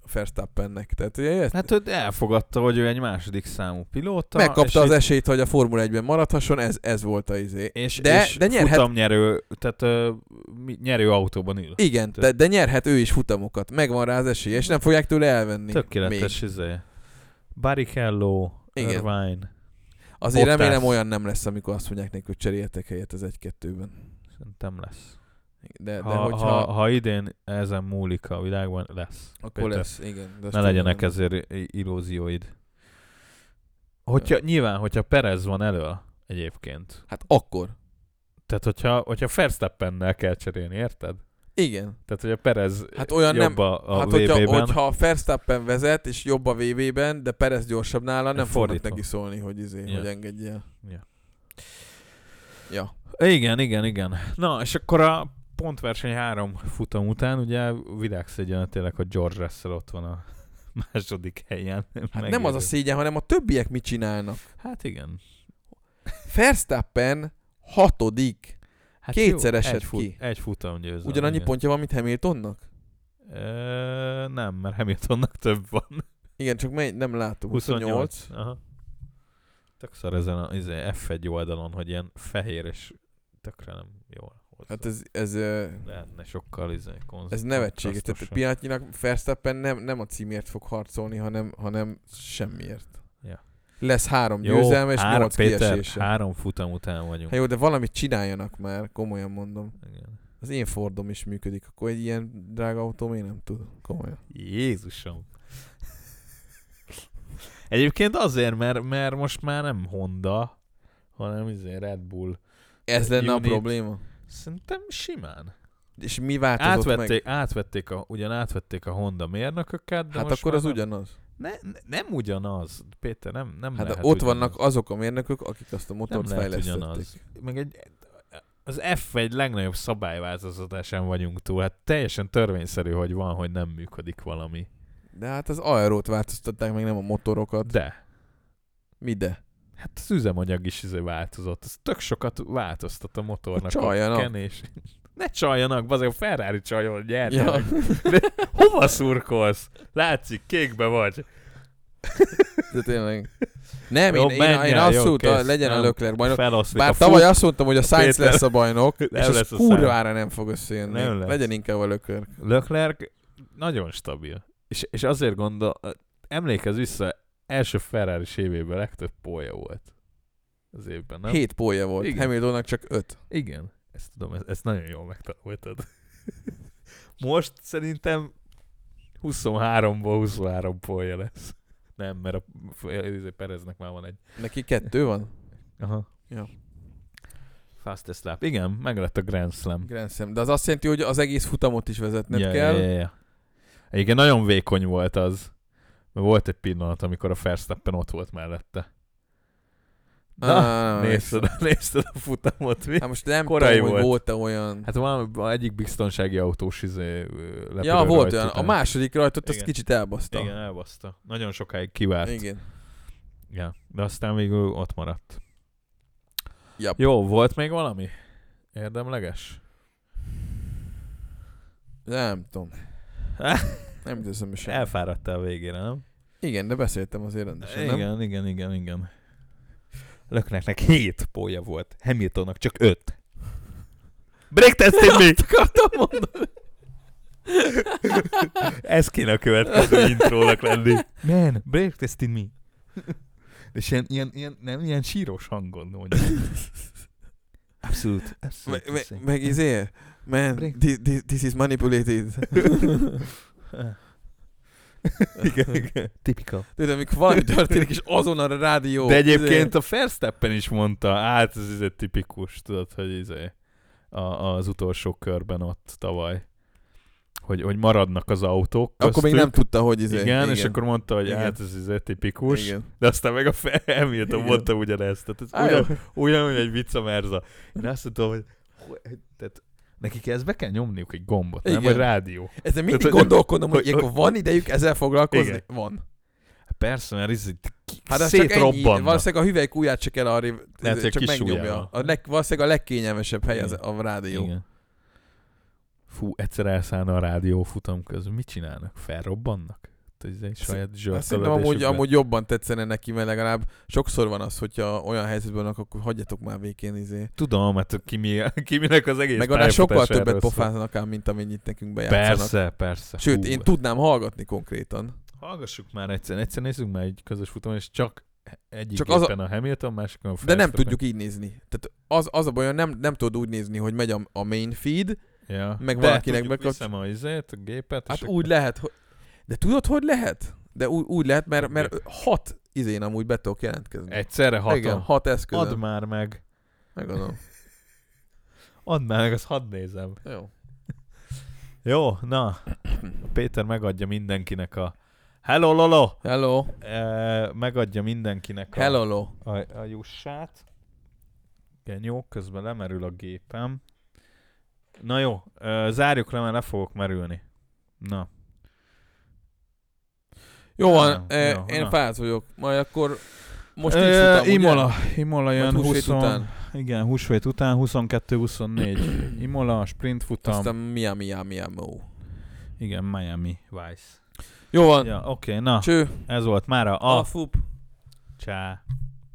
Verstappennek. Tehát ugye ezt Hát ő elfogadta, hogy ő egy második számú pilóta. megkapta az itt- esélyt, hogy a Formula egyben maradhasson, ez, ez volt a izé. És, De- és de nyerhet- futamnyerő, tehát uh, nyerő autóban ül. Igen, de, de nyerhet ő is futamokat. Megvan rá az esélye, és nem fogják tőle elvenni. Tökéletes izé. Barrichello, Igen. Irvine. Azért Bottas. remélem olyan nem lesz, amikor azt mondják neki, hogy cseréltek helyet az egy-kettőben. Szerintem lesz. De, de Ha, hogyha... ha, ha idén ezen múlik a világban, lesz. akkor Péter, lesz, igen. De azt Ne legyenek tudom. ezért i- illúzióid. Hogyha, nyilván, hogyha Perez van elő egyébként. Hát akkor. Tehát, hogyha, hogyha Verstappennel kell cserélni, érted? Igen. Tehát, hogy a Perez Hát olyan jobb nem... a, a hát vé bében. hogyha, hogyha Verstappen vezet, és jobb a vé bében, de Perez gyorsabb nála, nem fognak Fordítva. neki szólni, hogy, izé, Ja. hogy engedje el. Ja. Ja. Igen, igen, igen. Na, és akkor a pontverseny három futam után, ugye világszégyen tényleg, hogy George Russell ott van a második helyen. Hát nem az a szégyen, hanem a többiek mit csinálnak. Hát igen. Verstappen hatodik. Hát Kétszer jó, esett egy fut, ki. Egy futam győzelem. Ugyanannyi igen. pontja van, mint Hamiltonnak? Ö, nem, mert Hamiltonnak több van. Igen, csak mely, nem látom. huszonnyolc. Aha. Tök szar ezen a izé, ef egy oldalon, hogy ilyen fehér és tökre nem jól hozzá. Hát ez, ez, ö, Lehetne sokkal izé, konz- ez nevetséges. Tehát kontrasztosabb. pillanatnyilag Verstappen nem, nem a címért fog harcolni, hanem, hanem semmiért. Ja. Lesz három Jó, győzelme és három, nyolc Péter, kiesése. három futam után vagyunk. Hát jó, de valamit csináljanak már, komolyan mondom. Igen. Az én Fordom is működik, akkor egy ilyen drága autó miért nem tud? Komolyan. Jézusom. Egyébként azért, mert, mert most már nem Honda, hanem izé Red Bull. Ez lenne Unit. a probléma? Szerintem simán. És mi változott Átvették, meg? átvették a, ugyan átvették a Honda mérnököket, de Hát most akkor már az nem- ugyanaz. Ne, ne, nem ugyanaz, Péter, nem, nem Hát lehet ott ugyanaz. vannak azok a mérnökök, akik azt a Nem motort lehet fejlesztették. ugyanaz. Meg egy, az ef egy legnagyobb szabályváltoztatásán vagyunk túl. Hát teljesen törvényszerű, hogy van, hogy nem működik valami. De hát az aerót változtatták meg, nem a motorokat. De. Mi de? Hát az üzemanyag is izé változott. Ez tök sokat változtat a motornak. Hogy csaljanak. A kenés. Ne csaljanak, bazeg, a Ferrari csaljon, gyertek. Ja. De hova szurkolsz? Látszik, kékbe vagy. De tényleg. Nem, Jó, én, én, menjen, én jó, abszolút kész. a, legyen Nem. a Leclerc bajnok. Feloszlik Bár a tavaly fut- azt mondtam, hogy a Sainz Péter. lesz a bajnok, Nem és az lesz a kurvára nem fog összejönni. Nem lesz. Legyen inkább a Leclerc. Leclerc nagyon stabil. És, és azért gondol, emlékezz vissza, első Ferrari évében legtöbb pólya volt az évben, nem? Hét pólya volt, Igen. Hamiltonnak csak öt. Igen, ezt tudom, ezt, ezt nagyon jól megtanultad. Most szerintem huszonháromból huszonhárom pólya lesz. Nem, mert a Pereznek már van egy. Neki kettő van? Aha. Ja. Fastest lap. Igen, meg lett a Grand Slam. Grand Slam. De az azt jelenti, hogy az egész futamot is vezetned ja, kell. Ja, ja, ja. Egyébként nagyon vékony volt az. Mert volt egy pillanat, amikor a Verstappen ott volt mellette. Na, Ah, nézted, nézted a futamot, mi? Hát most nem Korai tudom, hogy volt. volt-e olyan... Hát valami egyik biztonsági autós izé, lepülő Ja, volt rajta olyan. A után. második rajtot azt Igen. kicsit elbaszta. Igen, elbaszta. Nagyon sokáig kivárt. Igen. Ja, de aztán végül ott maradt. Yep. Jó, volt még valami? Érdemleges? Nem tudom. Nem teszem sem. Elfáradtál végére, nem? Igen, de beszéltem azért rendesen, nem? Igen, igen, igen, igen. Leclercnek hét pólya volt, Hamiltonnak csak öt. Break testing me! Akartam mondani. Ez kéne a következő intrónak lenni. Man, break testing me. És ilyen, ilyen, ilyen, nem ilyen síros hangon mondja. Abszolút. abszolút Me, me, meg izé, man, Break. this, this, this is manipulated. igen, igen. Typical. Tudod, amikor valami történik, és azonnal a rádió. De egyébként a Verstappen is mondta, hát ez izé tipikus, tudod, hogy izé a, az utolsó körben ott tavaly, hogy, hogy maradnak az autók köztük. Akkor még nem tudta, hogy izé. Igen, igen, és akkor mondta, hogy Igen. hát ez izé tipikus, Igen. de aztán meg a Hamilton mondta ugyanezt. Tehát ez Á, ugyan, jó. ugyanúgy egy vicc a merza. Én azt tudom, hogy hogy- tehát nekik ezt be kell nyomniuk egy gombot, nem? Igen. Vagy rádió. Ezen mindig Tehát, hogy- gondolkodom, hogy hogy- ilyenkor van idejük ezzel foglalkozni? Igen. Van. Persze, mert ez Hát az csak ennyi, szétrobbanna. valószínűleg a hüvelykujját se kell arra, Lehet, hogy csak kis megnyomja. ujjával. A leg, valószínűleg a legkényelmesebb hely az Igen. a rádió. Igen. Fú, egyszer elszállna a rádió futam közben. Mit csinálnak? Felrobbannak? ott egy saját zsörtölödésükben. Szerintem amúgy, amúgy jobban tetszene neki, mert legalább sokszor van az, hogyha olyan helyzetben vannak, akkor hagyjatok már végén izé. Tudom, mert ki, mi, ki minek az egész meg annál sokkal többet pofáznak ám, mint amennyit nekünk bejátszanak. Persze, persze. Sőt, Hú. én tudnám hallgatni konkrétan. Hallgassuk már egyszer, egyszer nézzünk már egy közös futamon, és csak egyik csak az a... a Hamilton, másikon a De nem tudjuk így nézni. Tehát az, az a baj, nem, nem tudod úgy nézni, hogy megy a, a main feed, ja. meg valakinek meg viszem a izét, a gépet. Hát úgy lehet, hogy... De tudod, hogy lehet? De úgy, úgy lehet, mert, mert hat izén amúgy be tudok jelentkezni. Egyszerre haton? Igen, hat eszközön. Add már meg. Megadom. Add már meg, azt hadd nézem. Jó. Jó, na. Péter megadja mindenkinek a... Hello, Lolo! Hello! E, megadja mindenkinek a... Hello, Lolo! A, a jussát. Genyó, közben lemerül a gépem. Na jó, e, zárjuk le, mert le fogok merülni. Na. Jó van, na, e, jó, én na. fáz vagyok. Majd akkor most is e, futam, Imola, Imola jön húsvét után. Igen, húsvét után, huszonkettő huszonnégy. Imola, sprint futam. Aztán Miami, Miami, Miami. Igen, Miami, Vice. Jó van. Ja, oké, okay, na. Cső. Ez volt mára a... A fup. Csá.